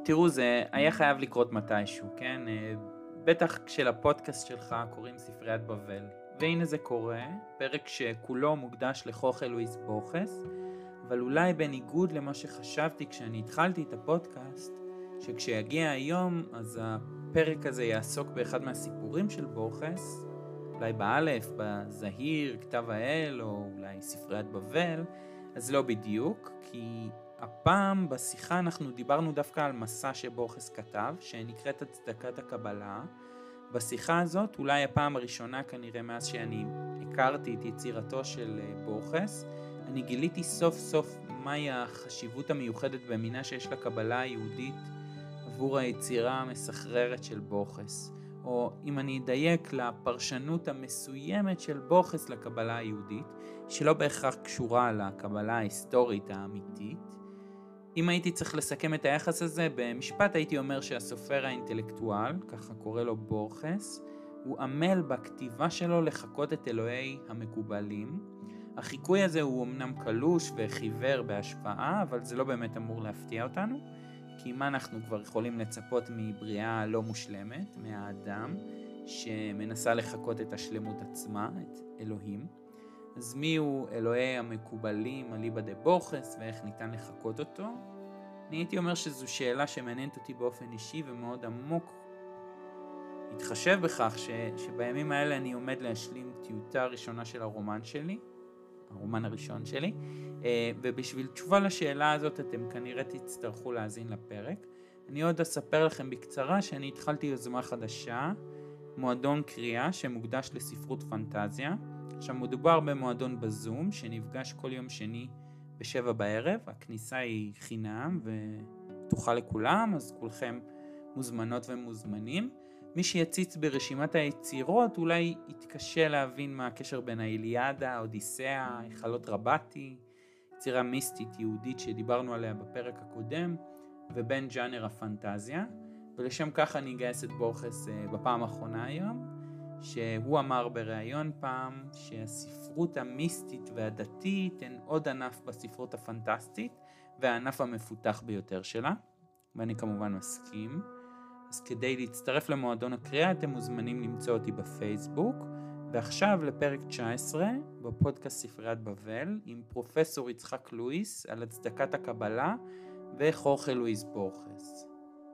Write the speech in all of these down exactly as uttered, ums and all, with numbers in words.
תראו, זה היה חייב לקרות מתישהו, כן? בטח כשלפודקאסט שלך קוראים ספריית בבל. והנה זה קורה, פרק שכולו מוקדש לחוכה לואיס בורכס, אבל אולי בניגוד למה שחשבתי כשאני התחלתי את הפודקאסט, שכשיגיע היום, אז הפרק הזה יעסוק באחד מהסיפורים של בורכס, אולי באלף, בזהיר, כתב האל, או אולי ספריית בבל, אז לא בדיוק, כי הפעם בשיחה אנחנו דיברנו דווקא על מסע שבורכס כתב, שנקראת הצדקת הקבלה. בשיחה הזאת, אולי הפעם הראשונה כנראה מאז שאני הכרתי את יצירתו של בורכס, אני גיליתי סוף סוף מהי החשיבות המיוחדת במינה שיש לקבלה היהודית עבור היצירה המסחררת של בורכס, או אם אני אדייק לפרשנות המסוימת של בורכס לקבלה היהודית, שלא בהכרח קשורה לקבלה ההיסטורית האמיתית. אם הייתי צריך לסכם את היחס הזה במשפט, הייתי אומר שהסופר האינטלקטואל, ככה קורא לו בורכס, הוא עמל בכתיבה שלו לחקות את אלוהי המקובלים. החיקוי הזה הוא אמנם קלוש וחיוור בהשפעה, אבל זה לא באמת אמור להפתיע אותנו, כי מה אנחנו כבר יכולים לצפות מבריאה לא מושלמת, מהאדם שמנסה לחקות את השלמות עצמה, את אלוהים. אז מי הוא אלוהי המקובלים אליבא דה בורכס ואיך ניתן לחקות אותו? אני הייתי אומר שזו שאלה שמעניינת אותי באופן אישי ומאוד עמוק. התחשב בכך ש, שבימים האלה אני עומד להשלים טיוטה ראשונה של הרומן שלי, הרומן הראשון שלי, ובשביל תשובה לשאלה הזאת אתם כנראה תצטרכו להאזין לפרק. אני עוד אספר לכם בקצרה שאני התחלתי יוזמה חדשה, מועדון קריאה שמוקדש לספרות פנטזיה. עכשיו מדובר במועדון בזום שנפגש כל יום שני בשבע בערב, הכניסה היא חינם ופתוחה לכולם, אז כולכם מוזמנות ומוזמנים. מי שיציץ ברשימת היצירות אולי יתקשה להבין מה הקשר בין האיליאדה, האודיסאה, היכלות רבתי, יצירה מיסטית יהודית שדיברנו עליה בפרק הקודם, ובין ג'אנר הפנטזיה, ולשם כך אני אגייס את בורכס בפעם האחרונה היום, שהוא אמר בראיון פעם שהספרות המיסטית והדתית הן עוד ענף בספרות הפנטסטית, והענף המפותח ביותר שלה, ואני כמובן מסכים. אז כדי להצטרף למועדון הקריאה אתם מוזמנים למצוא אותי בפייסבוק, ועכשיו לפרק תשע עשרה בפודקאסט ספריית בבל עם פרופסור יצחק לואיס על הצדקת הקבלה וחוכה לואיס בורכס.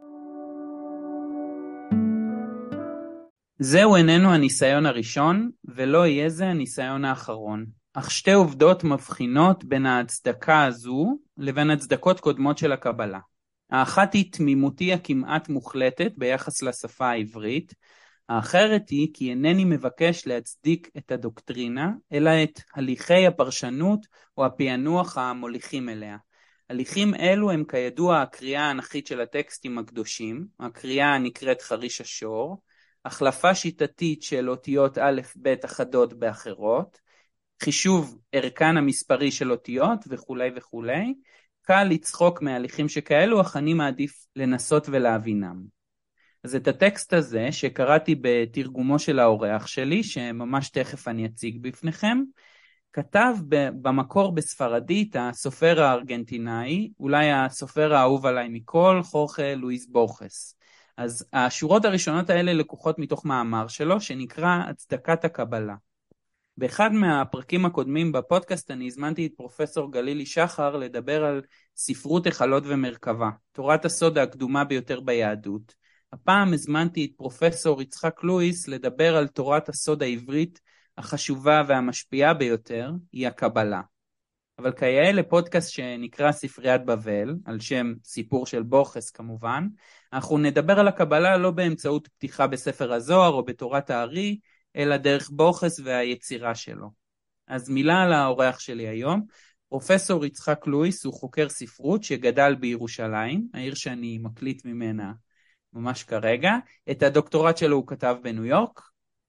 זהו איננו הניסיון הראשון, ולא יהיה זה הניסיון האחרון. אך שתי עובדות מבחינות בין ההצדקה הזו לבין הצדקות קודמות של הקבלה. האחת היא תמימותי הכמעט מוחלטת ביחס לשפה העברית, האחרת היא כי אינני מבקש להצדיק את הדוקטרינה, אלא את הליכי הפרשנות או הפענוח המוליכים אליה. הליכים אלו הם כידוע הקריאה האנכית של הטקסטים הקדושים, הקריאה הנקראת חריש השור, החלפה שיטתית של אותיות א' ב' אחדות באחרות, חישוב ערכן המספרי של אותיות וכו' וכו'. קל לצחוק מהליכים שכאלו, אך אני מעדיף לנסות ולהבינם. אז את הטקסט הזה שקראתי בתרגומו של האורח שלי, שממש תכף אני אציג בפניכם, כתב במקור בספרדית הסופר הארגנטינאי, אולי הסופר האהוב עליי מכל, חוכה לואיס בורכס. אז השורות הראשונות האלה לקוחות מתוך מאמר שלו, שנקרא הצדקת הקבלה. באחד מהפרקים הקודמים בפודקאסט אני הזמנתי את פרופסור גלילי שחר לדבר על ספרות היכלות ומרכבה, תורת הסוד הקדומה ביותר ביהדות. הפעם הזמנתי את פרופסור יצחק לואיס לדבר על תורת הסוד העברית החשובה והמשפיעה ביותר, היא הקבלה. אבל כיאה לפודקאסט שנקרא ספריית בבל, על שם סיפור של בורכס כמובן, אנחנו נדבר על הקבלה לא באמצעות פתיחה בספר הזוהר או בתורת הארי, אלא דרך בורכס והיצירה שלו. אז מילה על האורח שלי היום. פרופסור יצחק לואיס הוא חוקר ספרות שגדל בירושלים, העיר שאני מקליט ממנה ממש כרגע. את הדוקטורט שלו הוא כתב בניו יורק,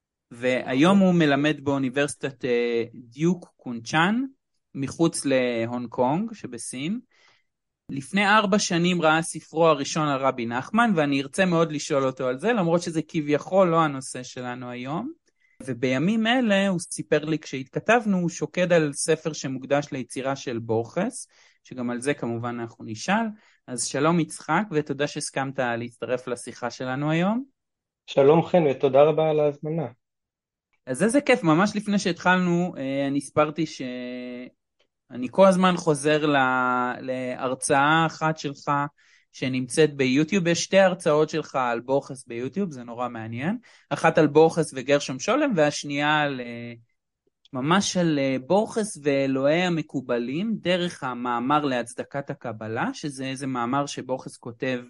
והיום הוא מלמד באוניברסיטת דיוק קונצ'אן, מחוץ להונג קונג שבסין. לפני ארבע שנים ראה ספרו הראשון על רבי נחמן, ואני ארצה מאוד לשאול אותו על זה, למרות שזה כביכול לא הנושא שלנו היום. ובימים אלה הוא סיפר לי כשהתכתבנו, הוא שוקד על ספר שמוקדש ליצירה של בורכס, שגם על זה כמובן אנחנו נשאל. אז שלום יצחק, ותודה שהסכמת להצטרף לשיחה שלנו היום. שלום חן, ותודה רבה על ההזמנה. אז איזה כיף, ממש לפני שהתחלנו, אני הסברתי שאני כל הזמן חוזר להרצאה אחת שלך שנמצאת ביוטיוב. יש שתי הרצאות שלך על בורכס ביוטיוב, זה נורא מעניין. אחת על בורכס וגרשום שולם, והשנייה על, ממש על בורכס ואלוהי המקובלים, דרך המאמר להצדקת הקבלה, שזה איזה מאמר שבורכס כותב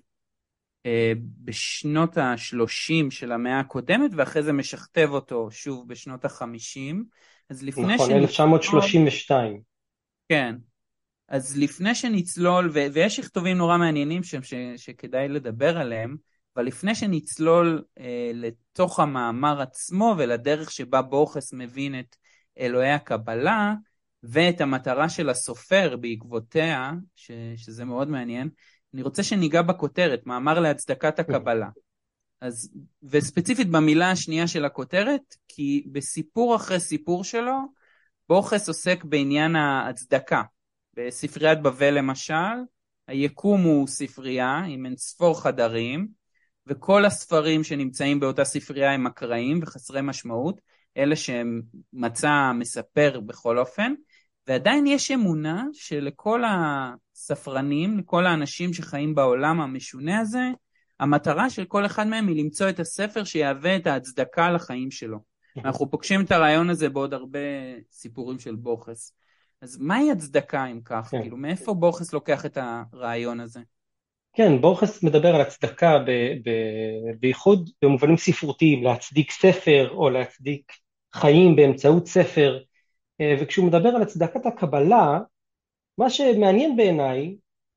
בשנות ה-שלושים של המאה הקודמת, ואחרי זה משכתב אותו שוב בשנות ה-חמישים. אז לפני נכון, שנצלול, אלף תשע מאות שלושים ושתיים. כן, אז לפני שנצלול, ו- ויש שכתובים נורא מעניינים שם ש- שכדאי לדבר עליהם, אבל לפני שנצלול אה, לתוך המאמר עצמו ולדרך שבה בורכס מבין את אלוהי הקבלה, ואת המטרה של הסופר בעקבותיה, ש- שזה מאוד מעניין, אני רוצה שניגע בכותרת, מאמר להצדקת הקבלה. אז, וספציפית במילה השנייה של הכותרת, כי בסיפור אחרי סיפור שלו, בורכס עוסק בעניין ההצדקה. בספריית בבל למשל, היקום הוא ספרייה עם אין ספור חדרים, וכל הספרים שנמצאים באותה ספרייה הם אקראיים וחסרי משמעות, אלה שמצא מספר בכל אופן, ועדיין יש אמונה שלכל הספרנים, לכל האנשים שחיים בעולם המשונה הזה, המטרה של כל אחד מהם היא למצוא את הספר שיהווה את ההצדקה לחיים שלו. אנחנו פוגשים את הרעיון הזה בעוד הרבה סיפורים של בורכס. אז מהי הצדקה אם כך? כן. כאילו, מאיפה בורכס לוקח את הרעיון הזה? כן, בורכס מדבר על הצדקה ב- ב- בייחוד במובנים ספרותיים, להצדיק ספר או להצדיק חיים באמצעות ספר, אה, וכשהוא מדבר על הצדקת הקבלה, מה שמעניין בעיניי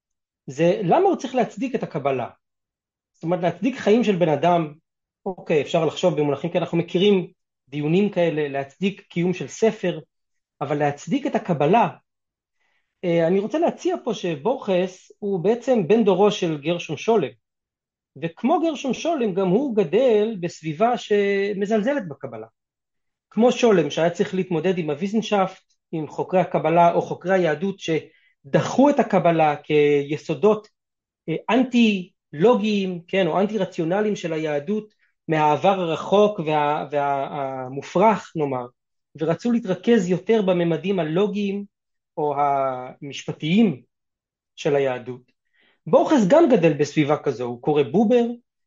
זה למה הוא צריך להצדיק את הקבלה. זאת אומרת, להצדיק חיים של בן אדם, אוקיי, אפשר לחשוב במונחים, כי אנחנו מכירים דיונים כאלה, להצדיק קיום של ספר, אבל להצדיק את הקבלה, אני רוצה להציע פה שבורכס הוא בעצם בן דורו של גרשום שולם, וכמו גרשום שולם גם הוא גדל בסביבה שמזלזלת בקבלה. כמו שולם שהיה צריך להתמודד עם הוויזנשאפט, עם חוקרי הקבלה או חוקרי היהדות שדחו את הקבלה כיסודות אנטי לוגיים, כן, או אנטי רציונליים של היהדות מהעבר הרחוק וה, והמופרך נאמר, ורצו להתרכז יותר בממדים הלוגיים או המשפטיים של היהדות. בורכס גם גדל בסביבה כזו, הוא קורא בובר,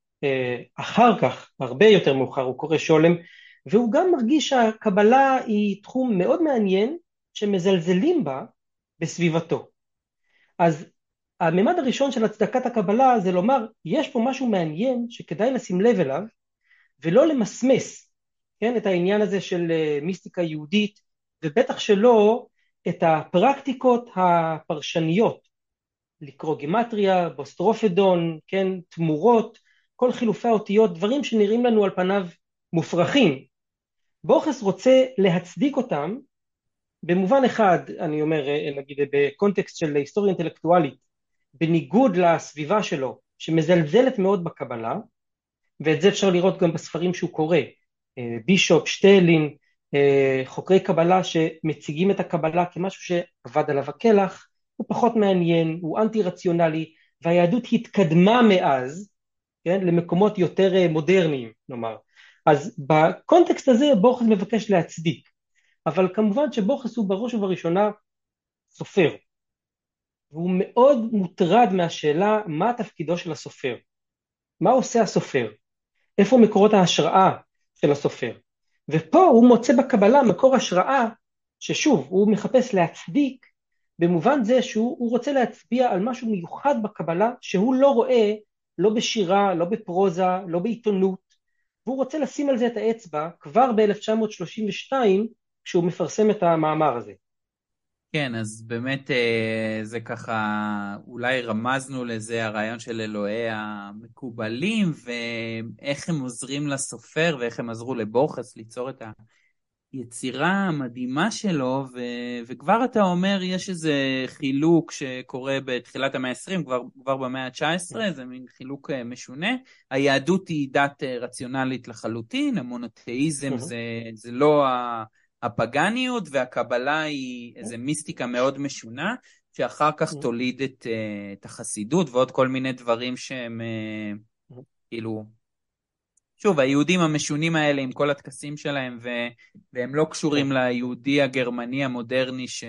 אחר כך, הרבה יותר מאוחר, הוא קורא שולם, והוא גם מרגיש שהקבלה היא תחום מאוד מעניין שמזלזלים בה בסביבתו. אז הממד הראשון של הצדקת הקבלה זה לומר, יש פה משהו מעניין שכדאי לשים לב אליו, ולא למסמס, כן, את העניין הזה של מיסטיקה יהודית, ובטח שלא את הפרקטיקות הפרשניות, לקרוא גימטריה, בוסטרופדון, כן, תמורות, כל חילופי האותיות, דברים שנראים לנו על פניו מופרכים. בורכס רוצה להצדיק אותם, במובן אחד, אני אומר, נגיד, בקונטקסט של היסטוריה אינטלקטואלית, בניגוד לסביבה שלו, שמזלזלת מאוד בקבלה, ואת זה אפשר לראות גם בספרים שהוא קורא, בישופ, שטיילין, חוקרי קבלה שמציגים את הקבלה כמשהו שעבד עליו הכלח, הוא פחות מעניין, הוא אנטי רציונלי, והיהדות התקדמה מאז, כן, למקומות יותר מודרניים, נאמר. אז בקונטקסט הזה בורכס מבקש להצדיק, אבל כמובן שבורכס הוא בראש ובראשונה סופר, והוא מאוד מוטרד מהשאלה מה תפקידו של הסופר, מה עושה הסופר, איפה מקורות ההשראה של הסופר, ופה הוא מוצא בקבלה מקור השראה, ששוב הוא מחפש להצדיק, במובן זה שהוא רוצה להצביע על משהו מיוחד בקבלה, שהוא לא רואה, לא בשירה, לא בפרוזה, לא בעיתונות, והוא רוצה לשים על זה את האצבע, כבר ב-אלף תשע מאות שלושים ושתיים, כשהוא מפרסם את המאמר הזה. כן, אז באמת זה ככה, אולי רמזנו לזה הרעיון של אלוהי המקובלים, ואיך הם עוזרים לסופר, ואיך הם עזרו לבורכס ליצור את היצירה המדהימה שלו, ו, וכבר אתה אומר, יש איזה חילוק שקורה בתחילת המאה ה-עשרים, כבר, כבר במאה ה-תשע עשרה, זה מין חילוק משונה. היהדות היא דת רציונלית לחלוטין, המונותאיזם זה, זה לא הפגניות, והקבלה היא איזה מיסטיקה מאוד משונה, שאחר כך תוליד את, את החסידות ועוד כל מיני דברים שהם כאילו, שוב, היהודים המשונים האלה עם כל הטקסים שלהם, ו, והם לא קשורים ליהודי הגרמני המודרני ש...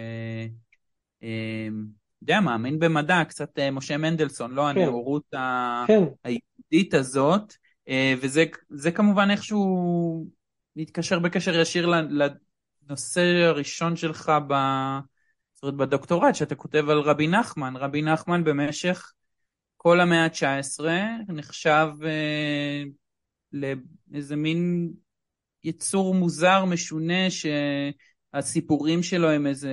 יודע, מאמין במדע, קצת משה מנדלסון, לא הנאורות ה... היהודית הזאת, וזה זה כמובן איכשהו מתקשר בקשר ישיר לנושא הראשון שלך ב... זאת אומרת, בדוקטורט, שאתה כותב על רבי נחמן. רבי נחמן במשך כל המאה ה-תשע עשרה נחשב אה, לאיזה מין יצור מוזר, משונה, שהסיפורים שלו הם איזה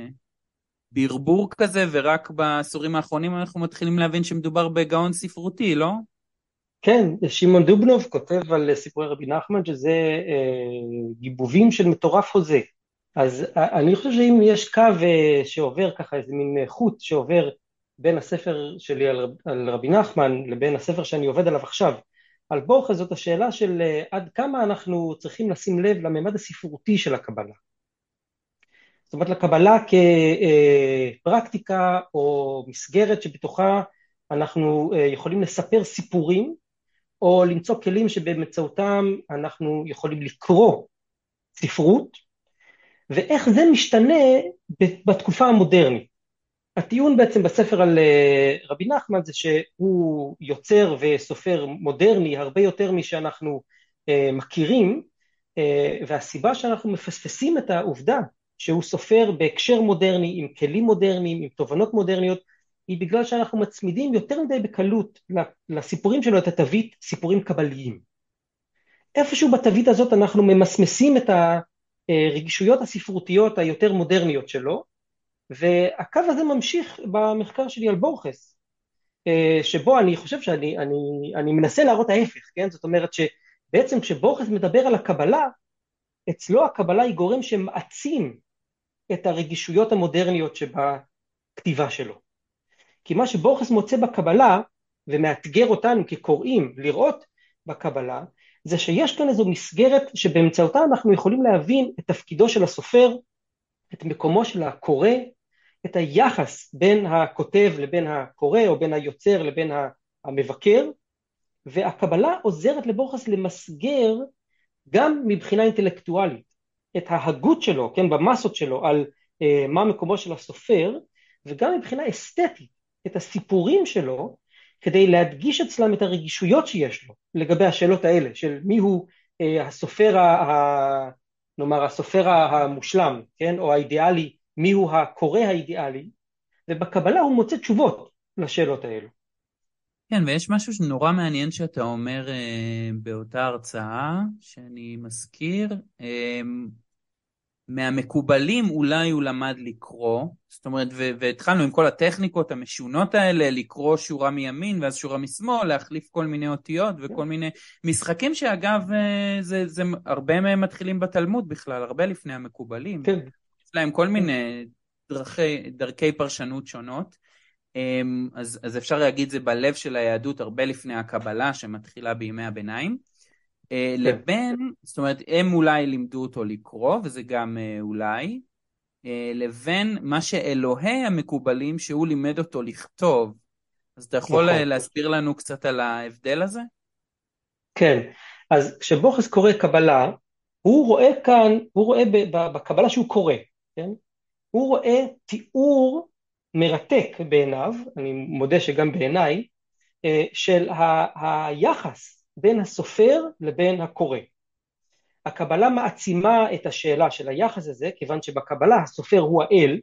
ברבור כזה, ורק בעשורים האחרונים אנחנו מתחילים להבין שמדובר בגאון ספרותי, לא? כן, שמעון דובנוב כותב על סיפורי רבי נחמן שזה אה, גיבובים של מטורף הוזה. אז אני חושב שאם יש קו שעובר ככה, איזה מין חוט שעובר בין הספר שלי על, רב, על רבי נחמן לבין הספר שאני עובד עליו עכשיו, על בורכס, זאת השאלה של עד כמה אנחנו צריכים לשים לב לממד הספרותי של הקבלה. זאת אומרת, לקבלה כפרקטיקה או מסגרת שבתוכה אנחנו יכולים לספר סיפורים, או למצוא כלים שבאמצעותם אנחנו יכולים לקרוא ספרות, ואיך זה משתנה בתקופה המודרנית. הטיעון בעצם בספר על רבי נחמן זה שהוא יוצר וסופר מודרני הרבה יותר משאנחנו מכירים, והסיבה שאנחנו מפספסים את העובדה שהוא סופר בהקשר מודרני, עם כלים מודרניים, עם תובנות מודרניות, היא בגלל שאנחנו מצמידים יותר מדי בקלות לסיפורים שלו את התווית סיפורים קבליים. איפשהו בתווית הזאת אנחנו ממסמסים את הרגישויות הספרותיות היותר מודרניות שלו, והקו הזה ממשיך במחקר שלי על בורכס, שבו אני חושב שאני אני, אני מנסה להראות ההפך, כן? זאת אומרת שבעצם כשבורכס מדבר על הקבלה, אצלו הקבלה היא גורם שמעצים את הרגישויות המודרניות שבכתיבה שלו. כי מה שבורכס מוצא בקבלה, ומאתגר אותנו כקוראים לראות בקבלה, זה שיש כאן איזו מסגרת שבאמצעותה אנחנו יכולים להבין את תפקידו של הסופר, את מקומו של הקורא, את היחס בין הכותב לבין הקורא, או בין היוצר לבין המבקר, והקבלה עוזרת לבורכס למסגר גם מבחינה אינטלקטואלית, את ההגות שלו, כן, במסות שלו, על אה, מה מקומו של הסופר, וגם מבחינה אסתטית, את הסיפורים שלו, כדי להדגיש אצלם את הרגישויות שיש לו, לגבי השאלות האלה, של מיהו אה, הסופר, ה, נאמר, הסופר המושלם, כן, או האידיאלי, מיהו הקורא האידיאלי, ובקבלה הוא מוצא תשובות לשאלות האלו. כן, ויש משהו שנורא מעניין שאתה אומר אה, באותה הרצאה, שאני מזכיר, אה, מהמקובלים אולי הוא למד לקרוא, זאת אומרת, ו- והתחלנו עם כל הטכניקות המשונות האלה, לקרוא שורה מימין ואז שורה משמאל, להחליף כל מיני אותיות וכל מיני משחקים שאגב, זה, זה, הרבה מהם מתחילים בתלמוד בכלל, הרבה לפני המקובלים. כן. יש להם כל מיני דרכי, דרכי פרשנות שונות, אז, אז אפשר להגיד זה בלב של היהדות הרבה לפני הקבלה שמתחילה בימי הביניים. לבין, זאת אומרת, הם אולי לימדו אותו לקרוא, וזה גם אולי, לבין מה שאלוהי המקובלים שהוא לימד אותו לכתוב. אז אתה יכול להסביר לנו קצת על ההבדל הזה? כן, אז כשבורכס קורא קבלה, הוא רואה כאן, הוא רואה בקבלה שהוא קורא, כן? הוא רואה תיאור מרתק בעיניו, אני מודה שגם בעיניי, של ה- היחס בין הסופר לבין הקורא. הקבלה מעצימה את השאלה של היחס הזה, כיוון שבקבלה הסופר הוא האל,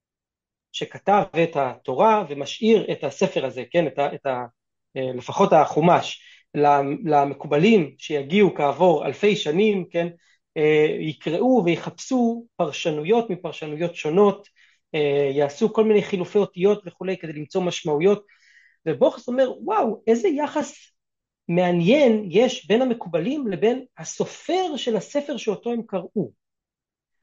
שכתב את התורה ומשאיר את הספר הזה, כן, את ה, את ה, לפחות החומש, למקובלים שיגיעו כעבור אלפי שנים, כן, יקראו ויחפשו פרשנויות מפרשנויות שונות, יעשו כל מיני חילופי אותיות וכולי כדי למצוא משמעויות, ובורכס אומר, וואו, איזה יחס מעניין יש בין המקובלים לבין הסופר של הספר שאותו הם קראו.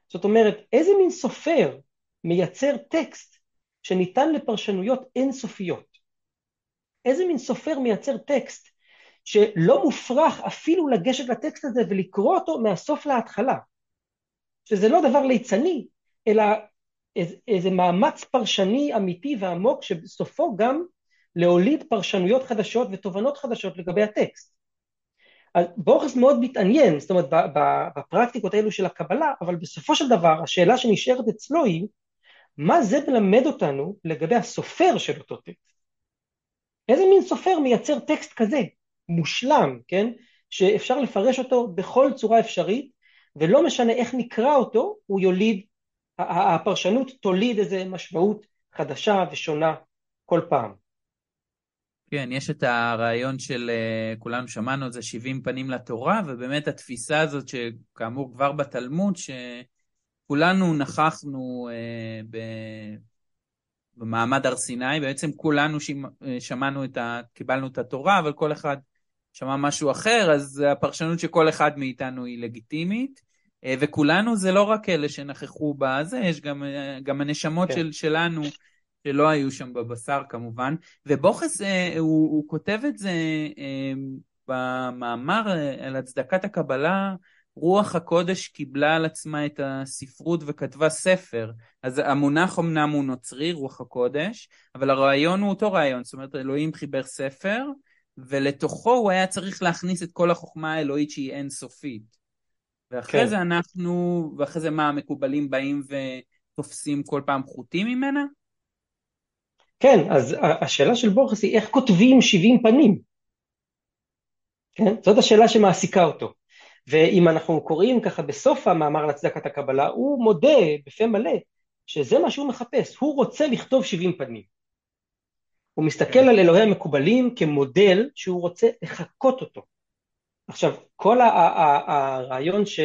זאת אומרת, איזה מין סופר מייצר טקסט שניתן לפרשנויות אינסופיות? איזה מין סופר מייצר טקסט שלא מופרך אפילו לגשת לטקסט הזה ולקרוא אותו מהסוף להתחלה? שזה לא דבר ליצני, אלא איזה, איזה מאמץ פרשני אמיתי ועמוק, שבסופו גם להוליד פרשנויות חדשות ותובנות חדשות לגבי הטקסט. אז בורכס מאוד מתעניין, זאת אומרת, בפרקטיקות האלו של הקבלה, אבל בסופו של דבר, השאלה שנשארת אצלו היא, מה זה מלמד אותנו לגבי הסופר של אותו טקסט? איזה מין סופר מייצר טקסט כזה, מושלם, כן? שאפשר לפרש אותו בכל צורה אפשרית, ולא משנה איך נקרא אותו, הוא יוליד, הפרשנות תוליד איזו משמעות חדשה ושונה כל פעם. כן, יש את הרעיון של, כולנו שמענו את זה, שבעים פנים לתורה, ובאמת התפיסה הזאת שכאמור כבר בתלמוד, שכולנו נכחנו ב... במעמד הר סיני, בעצם כולנו שמענו את ה... קיבלנו את התורה, אבל כל אחד שמע משהו אחר, אז הפרשנות שכל אחד מאיתנו היא לגיטימית, וכולנו זה לא רק אלה שנכחו בזה, יש גם, גם הנשמות כן. של, שלנו, שלא היו שם בבשר כמובן, ובוכס הוא, הוא כותב את זה במאמר על הצדקת הקבלה, רוח הקודש קיבלה על עצמה את הספרות וכתבה ספר, אז המונח אמנם הוא נוצרי, רוח הקודש, אבל הרעיון הוא אותו רעיון, זאת אומרת אלוהים חיבר ספר, ולתוכו הוא היה צריך להכניס את כל החוכמה האלוהית שהיא אינסופית. ואחרי כן. זה אנחנו, ואחרי זה מה המקובלים באים ותופסים כל פעם חוטים ממנה? כן, אז השאלה של בורכס היא איך כותבים שבעים פנים? כן? זאת השאלה שמעסיקה אותו. ואם אנחנו קוראים ככה בסוף המאמר להצדקת הקבלה, הוא מודה בפה מלא שזה מה שהוא מחפש, הוא רוצה לכתוב שבעים פנים. הוא מסתכל על אלוהי המקובלים כמודל שהוא רוצה לחקות אותו. עכשיו, כל הרעיון ש...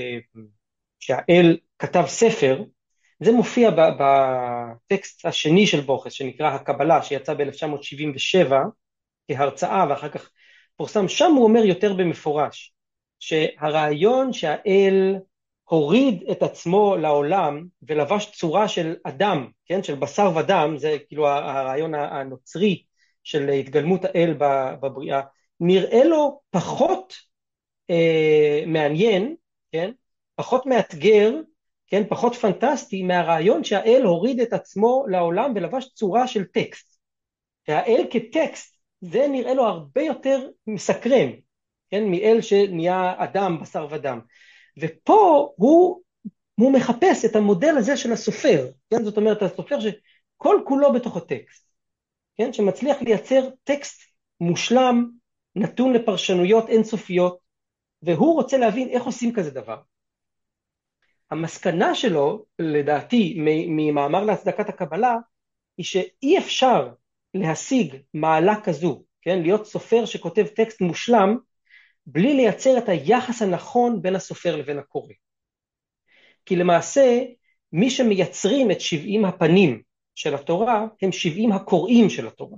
שהאל כתב ספר, זה מופיע בטקסט השני של בורכס, שנקרא הקבלה, שיצא ב-אלף תשע מאות שבעים ושבע, כהרצאה, ואחר כך פורסם, שם הוא אומר יותר במפורש, שהרעיון שהאל הוריד את עצמו לעולם, ולבש צורה של אדם, כן? של בשר ודם, זה כאילו הרעיון הנוצרי, של התגלמות האל בבריאה, נראה לו פחות אה, מעניין, כן? פחות מאתגר, כן? פחות פנטסטי, מהרעיון שהאל הוריד את עצמו לעולם, ולבש צורה של טקסט. והאל כטקסט, זה נראה לו הרבה יותר מסקרן, כן? מאל שנהיה אדם, בשר ודם. ופה הוא, הוא מחפש את המודל הזה של הסופר, כן? זאת אומרת, הסופר שכל כולו בתוך הטקסט, כן? שמצליח לייצר טקסט מושלם, נתון לפרשנויות אינסופיות, והוא רוצה להבין איך עושים כזה דבר. המסקנה שלו, לדעתי, ממאמר להצדקת הקבלה, היא שאי אפשר להשיג מעלה כזו, כן? להיות סופר שכותב טקסט מושלם, בלי לייצר את היחס הנכון בין הסופר לבין הקורא. כי למעשה, מי שמייצרים את שבעים הפנים של התורה, הם שבעים הקוראים של התורה.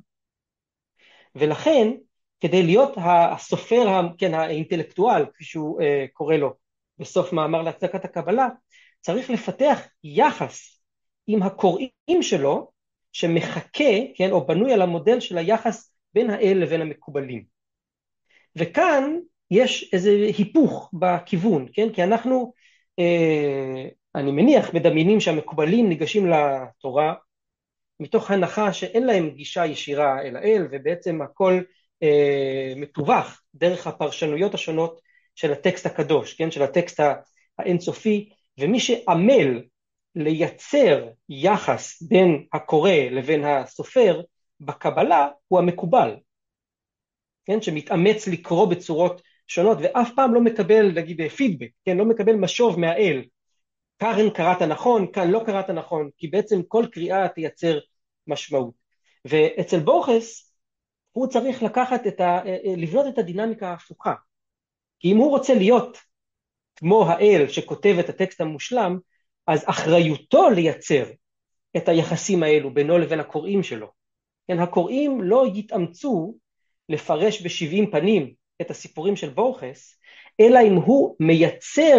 ולכן, כדי להיות הסופר, כן, האינטלקטואל, כפי שהוא אה, קורא לו, בסוף מאמר להצדקת הקבלה, צריך לפתח יחס עם הקוראים שלו, שמחכה, כן, או בנוי על המודל של היחס בין האל לבין המקובלים. וכאן יש איזה היפוך בכיוון, כן? כי אנחנו, אה, אני מניח, מדמיינים שהמקובלים ניגשים לתורה, מתוך הנחה שאין להם גישה ישירה אל האל, ובעצם הכל אה, מתווך דרך הפרשנויות השונות של הטקסט הקדוש, כן? של הטקסט האינסופי, ומי שעמל לייצר יחס בין הקורא לבין הסופר בקבלה הוא המקובל, כן? שמתאמץ לקרוא בצורות שונות, ואף פעם לא מקבל, נגיד, פידבק, כן? לא מקבל משוב מהאל, כאן קראת נכון, כאן לא קראת נכון, כי בעצם כל קריאה תייצר משמעות. ואצל בורכס, הוא צריך לקחת את ה... לבנות את הדינמיקה ההפוכה. כי אם הוא רוצה להיות כמו האל שכותב את הטקסט המושלם, אז אחריותו לייצר את היחסים האלו בינו לבין הקוראים שלו. כן, הקוראים לא יתאמצו לפרש בשבעים פנים את הסיפורים של בורכס, אלא אם הוא מייצר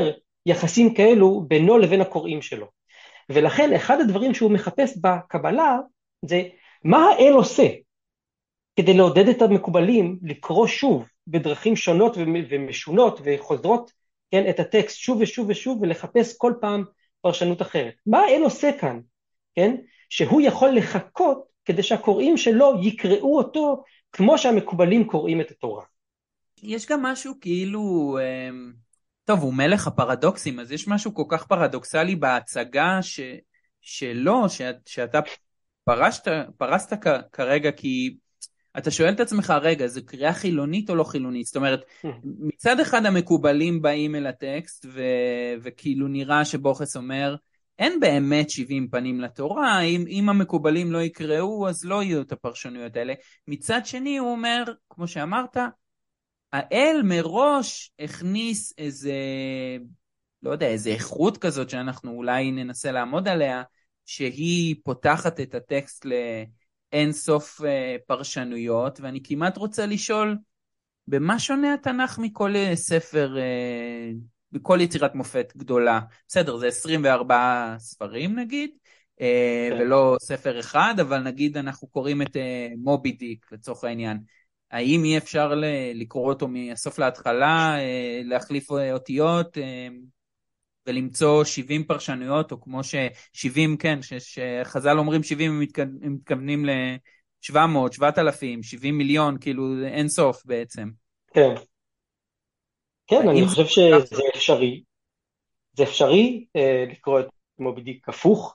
יחסים כאלו בינו לבין הקוראים שלו. ולכן אחד הדברים שהוא מחפש בקבלה זה מה האל עושה כדי לעודד את המקובלים לקרוא שוב בדרכים שונות ומשונות וחוזרות, כן, את הטקסט שוב ושוב ושוב ולחפש כל פעם פרשנות אחרת. מה האל עושה כאן? כן? שהוא יכול לחכות כדי שהקוראים שלו יקראו אותו כמו שהמקובלים קוראים את התורה. יש גם משהו כאילו, טוב, הוא מלך הפרדוקסים, אז יש משהו כל כך פרדוקסלי בהצגה ש, שלא, ש, שאתה פרשת, פרסת כ, כרגע, כי אתה שואל את עצמך, רגע, זה קריאה חילונית או לא חילונית? זאת אומרת, מצד אחד המקובלים באים אל הטקסט, ו, וכאילו נראה שבוכס אומר, אין באמת שבעים פנים לתורה, אם, אם המקובלים לא יקראו, אז לא יהיו את הפרשנויות האלה. מצד שני הוא אומר, כמו שאמרת, האל מראש הכניס איזה, לא יודע, איזה איכות כזאת שאנחנו אולי ננסה לעמוד עליה, שהיא פותחת את הטקסט לאין סוף פרשנויות, ואני כמעט רוצה לשאול, במה שונה התנ"ך מכל ספר, בכל יצירת מופת גדולה? בסדר, זה עשרים וארבעה ספרים נגיד, כן. ולא ספר אחד, אבל נגיד אנחנו קוראים את מובי דיק לצורך העניין. האם אי אפשר לקרוא אותו מהסוף להתחלה, להחליף אותיות ולמצוא שבעים פרשנויות, או כמו ש-שבעים, כן, שחז"ל אומרים שבעים, הם מתכוונים ל-שבע מאות, שבעת אלפים, שבעים מיליון, כאילו אין סוף בעצם. כן, כן, אני חושב שזה אפשרי. זה אפשרי לקרוא את מובי דיק הפוך.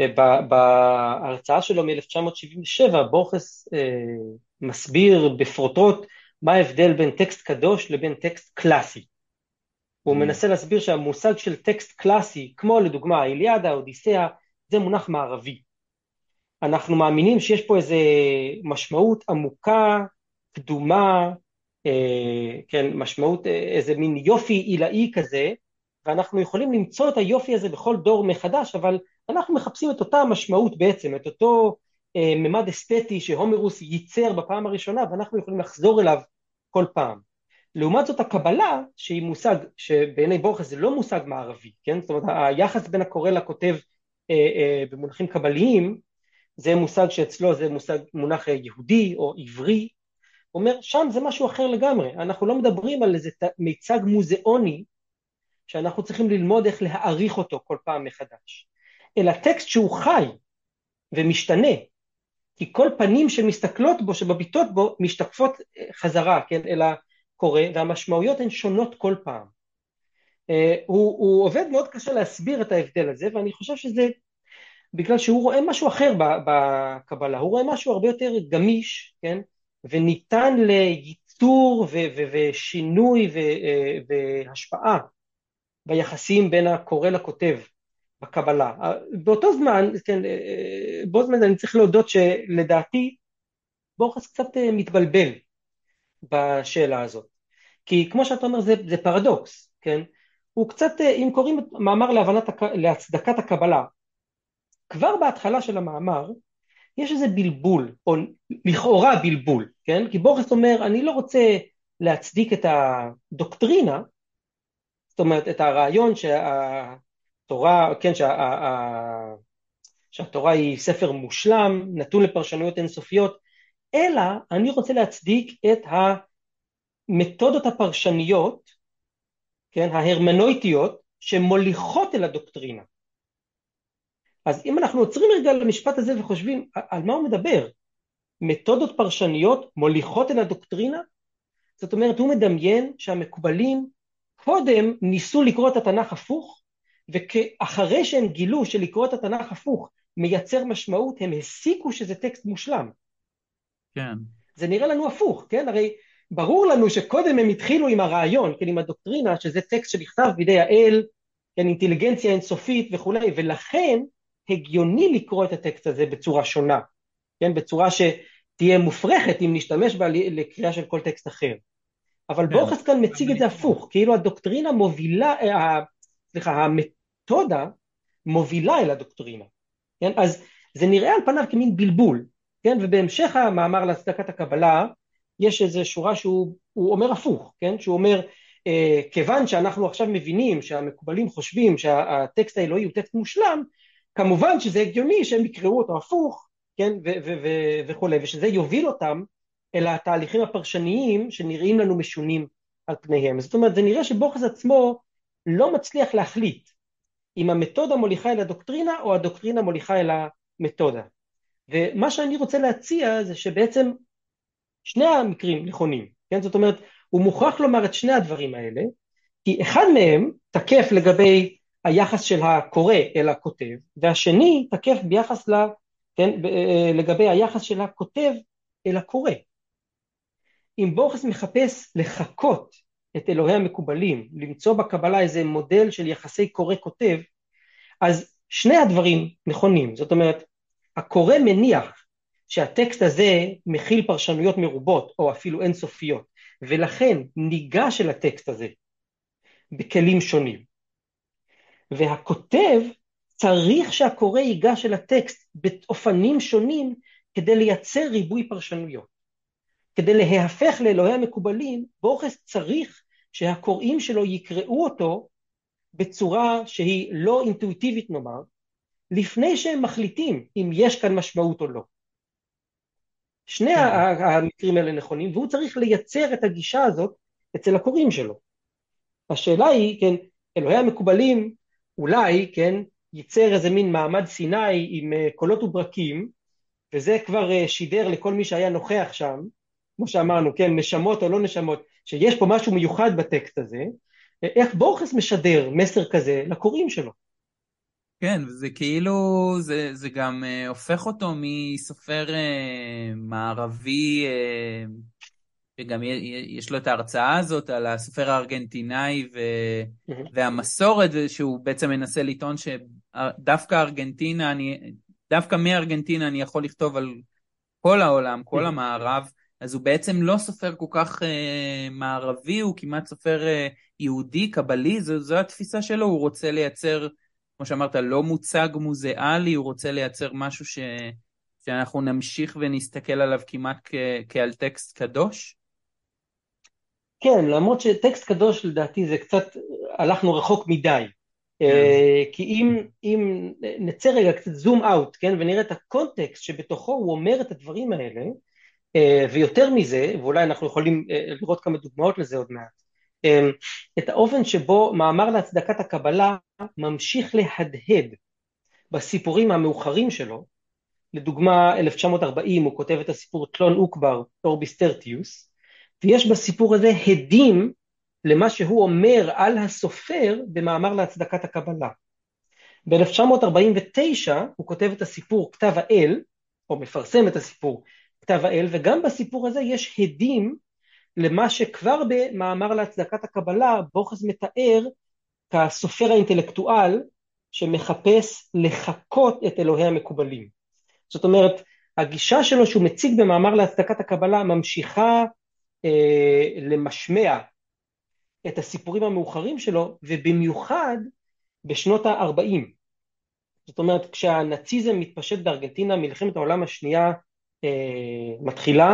בהרצאה שלו מ-אלף תשע מאות שבעים ושבע, בוכס מסביר בפרוטרוט מה ההבדל בין טקסט קדוש לבין טקסט קלאסי. הוא מנסה להסביר שהמושג של טקסט קלאסי, כמו לדוגמה האיליאדה, האודיסאה, זה מונח מערבי. אנחנו מאמינים שיש פה איזו משמעות עמוקה, קדומה, אה, כן, משמעות, איזה מין יופי עילאי כזה, ואנחנו יכולים למצוא את היופי הזה בכל דור מחדש, אבל אנחנו מחפשים את אותה המשמעות בעצם, את אותו אה, ממד אסתטי שהומרוס ייצר בפעם הראשונה, ואנחנו יכולים לחזור אליו כל פעם. לעומת זאת הקבלה, שהיא מושג, שבעיני בוכס זה לא מושג מערבי, כן? זאת אומרת, היחס בין הקורא לכותב אה, אה, במונחים קבליים, זה מושג שאצלו זה מושג מונח יהודי או עברי, אומר, שם זה משהו אחר לגמרי, אנחנו לא מדברים על איזה מיצג מוזיאוני, שאנחנו צריכים ללמוד איך להעריך אותו כל פעם מחדש, אלא טקסט שהוא חי ומשתנה, כי כל פנים שמסתכלות בו, שבביטות בו, משתקפות חזרה, כן, אלא קורא, והמשמעויות הן שונות כל פעם. הוא, הוא עובד מאוד קשה להסביר את ההבדל הזה, ואני חושב שזה בגלל שהוא רואה משהו אחר בקבלה, הוא רואה משהו הרבה יותר גמיש, כן, וניתן לייצור ו- ו- ושינוי ו- והשפעה ביחסים בין הקורא לכותב בקבלה. באותו זמן, כן, באותו זמן אני צריך להודות שלדעתי בוכס קצת מתבלבל בשאלה הזאת. כי כמו שאתה אומר, זה, זה פרדוקס, כן? הוא קצת, אם קוראים מאמר להבנת, להצדקת הקבלה, כבר בהתחלה של המאמר, יש איזה בלבול, או לכאורה בלבול, כן? כי בוכס אומר, אני לא רוצה להצדיק את הדוקטרינה, זאת אומרת, את הרעיון שהתורה, כן, שה, שהתורה היא ספר מושלם, נתון לפרשנויות אינסופיות, אלא אני רוצה להצדיק את המתודות הפרשניות, כן, ההרמנויטיות, שמוליכות אל הדוקטרינה. אז אם אנחנו עוצרים רגע למשפט הזה וחושבים, על מה הוא מדבר? מתודות פרשניות מוליכות אל הדוקטרינה? זאת אומרת, הוא מדמיין שהמקובלים קודם ניסו לקרוא את התנ"ך הפוך, ואחרי שהם גילו שלקרוא את התנ"ך הפוך מייצר משמעות, הם הסיקו שזה טקסט מושלם. כן. זה נראה לנו הפוך, כן? הרי ברור לנו שקודם הם התחילו עם הרעיון, כן, עם הדוקטרינה, שזה טקסט שנכתב בידי האל, כן, אינטליגנציה אינסופית וכו', ולכן הגיוני לקרוא את הטקסט הזה בצורה שונה, כן, בצורה שתהיה מופרכת אם נשתמש בה לקריאה של כל טקסט אחר. אבל כן, בוכס כאן מציג את זה הפוך, כאילו הדוקטרינה מובילה, סליחה, המתודה מובילה אל הדוקטרינה, כן? אז זה נראה על פניו כמין בלבול, כן? ובהמשך המאמר להצדקת הקבלה, יש איזו שורה שהוא אומר הפוך, כן? שהוא אומר, כיוון שאנחנו עכשיו מבינים שהמקובלים חושבים שהטקסט האלוהי הוא טקסט מושלם, כמובן שזה הגיוני שהם יקראו אותו הפוך, כן, וכו', ושזה יוביל אותם אל התהליכים הפרשניים שנראים לנו משונים על פניהם. זאת אומרת, זה נראה שבורכס עצמו לא מצליח להחליט אם המתודה מוליכה אל הדוקטרינה או הדוקטרינה מוליכה אל המתודה. ומה שאני רוצה להציע זה שבעצם שני המקרים נכונים, כן? זאת אומרת, הוא מוכרח לומר את שני הדברים האלה, כי אחד מהם תקף לגבי היחס של הקורא אל הכותב, והשני תקף ביחס ל, כן, לגבי היחס של הכותב אל הקורא. אם בורכס מחפש לחקות את אלוהי המקובלים, למצוא בקבלה איזה מודל של יחסי קורא-כותב, אז שני הדברים נכונים. זאת אומרת, הקורא מניח שהטקסט הזה מכיל פרשנויות מרובות או אפילו אינסופיות, ולכן ניגש אל הטקסט הזה בכלים שונים. והכותב צריך שהקורא ייגש אל הטקסט באופנים שונים כדי לייצר ריבוי פרשנויות. כדי להפך לאלוהי המקובלים, בורכס צריך שהקוראים שלו יקראו אותו בצורה שהיא לא אינטואיטיבית נאמר, לפני שהם מחליטים אם יש כאן משמעות או לא. שני המקרים האלה נכונים, והוא צריך לייצר את הגישה הזאת אצל הקוראים שלו. השאלה היא, כן, אלוהי המקובלים אולי, כן, ייצר איזה מין מעמד סיני עם קולות וברקים, וזה כבר שידר לכל מי שהיה נוכח שם, כמו שאמרנו, כן, נשמות או לא נשמות, שיש פה משהו מיוחד בטקסט הזה, איך בורכס משדר מסר כזה לקוראים שלו. כן, וזה כאילו, זה, זה גם uh, הופך אותו מסופר uh, מערבי, uh, שגם יש לו את ההרצאה הזאת על הסופר הארגנטינאי ו, mm-hmm. והמסורת, שהוא בעצם מנסה לטעון שדווקא ארגנטינה, אני, דווקא מארגנטינה אני יכול לכתוב על כל העולם, כל mm-hmm. המערב, אז הוא בעצם לא סופר כל כך uh, מערבי, הוא כמעט סופר uh, יהודי, קבלי, זו, זו התפיסה שלו, הוא רוצה לייצר, כמו שאמרת, לא מוצג מוזיאלי, הוא רוצה לייצר משהו ש... שאנחנו נמשיך ונסתכל עליו כמעט כ... כעל טקסט קדוש? כן, למרות שטקסט קדוש לדעתי זה קצת, הלכנו רחוק מדי. כן. כי אם, אם נצא רגע קצת זום אאוט, כן, ונראה את הקונטקסט שבתוכו הוא אומר את הדברים האלה, ויותר מזה, ואולי אנחנו יכולים לראות כמה דוגמאות לזה עוד מעט, את האופן שבו מאמר להצדקת הקבלה ממשיך להדהד בסיפורים המאוחרים שלו. לדוגמה אלף תשע מאות ארבעים הוא כותב את הסיפור טלון אוקבר אורביס טרטיוס, ויש בסיפור הזה הדים למה שהוא אומר על הסופר במאמר להצדקת הקבלה. ב-אלף תשע מאות ארבעים ותשע הוא כותב את הסיפור כתב האל, או מפרסם את הסיפור כתב האל, וגם בסיפור הזה יש הדים למה שכבר במאמר להצדקת הקבלה בורכס מתאר כסופר האינטלקטואל שמחפש לחקות את אלוהי המקובלים. זאת אומרת, הגישה שלו שהוא מציג במאמר להצדקת הקבלה ממשיכה אה, למשמע את הסיפורים המאוחרים שלו, ובמיוחד בשנות ה-ארבעים. זאת אומרת, כשהנאציזם מתפשט בארגנטינה, מלחמת העולם השנייה אה, מתחילה,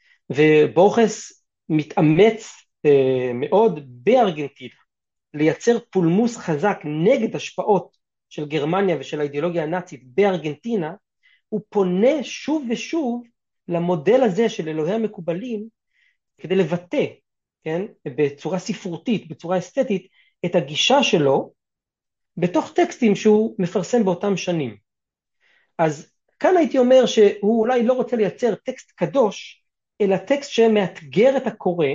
ובורכס מתאמץ אה, מאוד בארגנטינה, לייצר פולמוס חזק נגד השפעות של גרמניה ושל האידיאולוגיה הנאצית בארגנטינה, הוא פונה שוב ושוב למודל הזה של אלוהי המקובלים, כדי לבטא, כן, בצורה ספרותית, בצורה אסתטית, את הגישה שלו, בתוך טקסטים שהוא מפרסם באותם שנים. אז כאן הייתי אומר שהוא אולי לא רוצה לייצר טקסט קדוש, אלא טקסט שמאתגר את הקורא,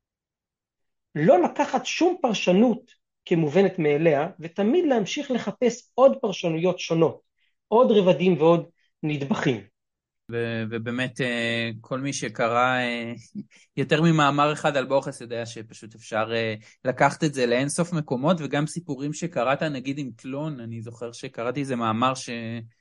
לא לקחת שום פרשנות כמובנת מאליה, ותמיד להמשיך לחפש עוד פרשנויות שונות, עוד רבדים ועוד נדבכים. ו- ובאמת כל מי שקרא יותר ממאמר אחד על בורכס יודע שפשוט אפשר לקחת את זה לאינסוף מקומות, וגם סיפורים שקראת נגיד עם טלון, אני זוכר שקראתי איזה מאמר ש...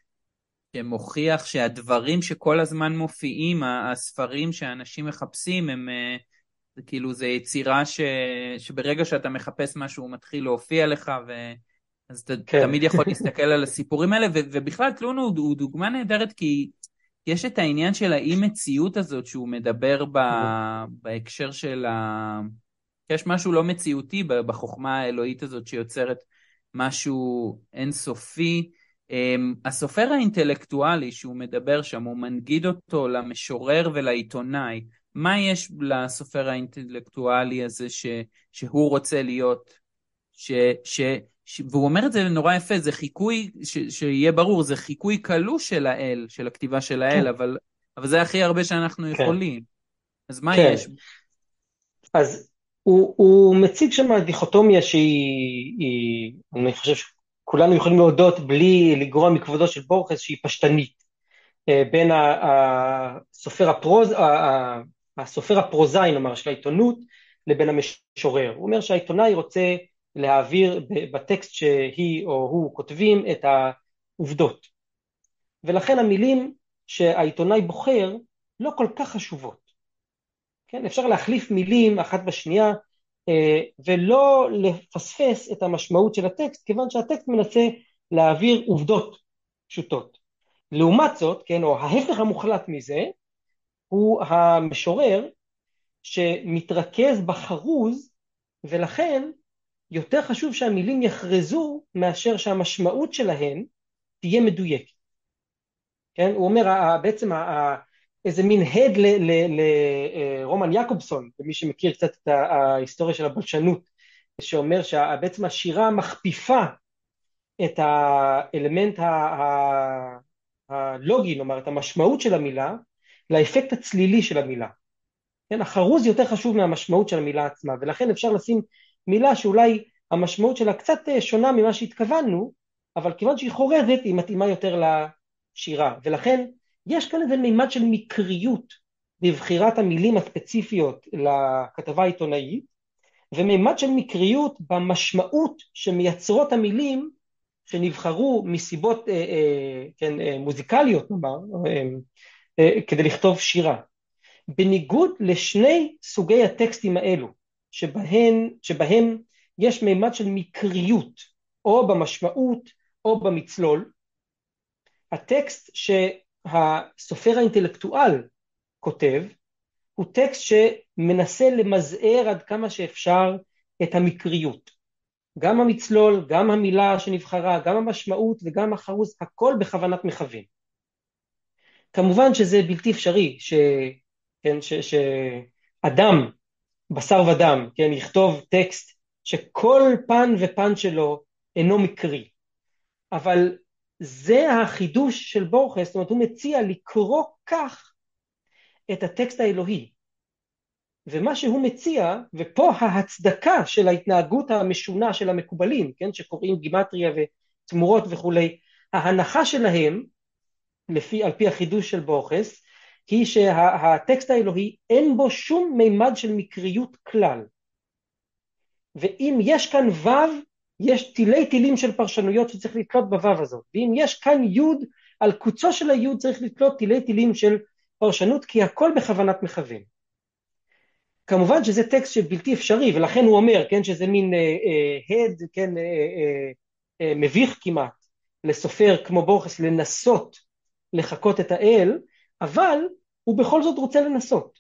שמוכיח שהדברים שכל הזמן מופיעים, הספרים שאנשים מחפשים, הם, זה כאילו זה יצירה ש... שברגע שאתה מחפש משהו הוא מתחיל להופיע לך, ו... אז אתה כן. תמיד יכול להסתכל על הסיפורים האלה, ו... ובכלל טלון הוא, הוא דוגמה נהדרת, כי יש את העניין של האי מציאות הזאת שהוא מדבר ב... בהקשר של ה... יש משהו לא מציאותי בחוכמה האלוהית הזאת שיוצרת משהו אינסופי. הסופר האינטלקטואלי שהוא מדבר שם, הוא מנגיד אותו למשורר ולעיתונאי. מה יש לסופר האינטלקטואלי הזה ש, שהוא רוצה להיות? ש, ש, ש, והוא אומר את זה נורא יפה, זה חיקוי, ש, שיהיה ברור, זה חיקוי קלוש של האל, של הכתיבה של האל, כן, אבל, אבל זה הכי הרבה שאנחנו כן, יכולים. אז מה כן. יש? אז הוא, הוא מציג שם דיכוטומיה שהיא, היא, אני חושב שכולנו יכולים להודות בלי לגרוע מכבודו של בורכס, שהיא פשטנית, אה, בין ה- הסופר הפרוז, ה- ה- הסופר הפרוזאי, נאמר, של העיתונות, לבין המשורר. הוא אומר שהעיתונאי רוצה להעביר ב- בטקסט שהיא או הוא כותבים את העובדות, ולכן המילים שהעיתונאי בוחר לא כל כך חשובות. כן, אפשר להחליף מילים אחת בשנייה, אה, ולא לפספס את המשמעות של הטקסט, כיוון שהטקסט מנסה להעביר עובדות פשוטות. לעומת זאת, כן, או ההפך המוחלט מזה, הוא המשורר שמתרכז בחרוז, ולכן יותר חשוב שהמילים יחרזו מאשר שהמשמעות שלהן תהיה מדויקת. כן, הוא אומר, בעצם איזה מין הד לרומן יעקובסון, ומי שמכיר קצת את ההיסטוריה של הבלשנות, שאומר שבעצם השירה מכפיפה את האלמנט הלוגי, נאמר, את המשמעות של המילה, לאפקט הצלילי של המילה. כן, החרוז יותר חשוב מהמשמעות של המילה עצמה, ולכן אפשר לשים מילה שאולי המשמעות שלה קצת שונה ממה שהתכוונו, אבל כיוון שהיא חורזת, היא מתאימה יותר לשירה, ולכן יש כאן איזה מימד של מקריות בבחירת המילים הספציפיות לכתבה העיתונאית, ומימד של מקריות במשמעות שמייצרות המילים שנבחרו מסיבות אה, אה, כן, אה, מוזיקליות, נאמר, אה, אה, כדי לכתוב שירה. בניגוד לשני סוגי הטקסטים האלו, שבהם, שבהם יש מימד של מקריות, או במשמעות או במצלול, הטקסט שהסופר האינטלקטואל כותב, הוא טקסט שמנסה למזער עד כמה שאפשר את המקריות. גם המצלול, גם המילה שנבחרה, גם המשמעות וגם החרוז, הכל בכוונת מכוון. כמובן שזה בלתי אפשרי, ש... כן, ש... שאדם, בשר ודם, כן, יכתוב טקסט שכל פן ופן שלו אינו מקרי. אבל זה החידוש של בורכס, זאת אומרת, הוא מציע לקרוא כך את הטקסט האלוהי. ומה שהוא מציע, ופה ההצדקה של ההתנהגות המשונה של המקובלים, כן, שקוראים גימטריה ותמורות וכולי, ההנחה שלהם, לפי, על פי החידוש של בורכס, היא שהטקסט האלוהי אין בו שום מימד של מקריות כלל. ואם יש כאן וו, יש תילי תילים של פרשנויות שצריך לתלות בוו הזאת. ואם יש כאן יוד, על קוצו של היוד צריך לתלות תילי תילים של פרשנות, כי הכל בכוונת מכוון. כמובן שזה טקסט שבלתי אפשרי, ולכן הוא אומר, כן, שזה מין אה, אה, הד, כן, אה, אה, אה, מביך כמעט, לסופר כמו בורכס לנסות לחקות את האל, אבל הוא בכל זאת רוצה לנסות.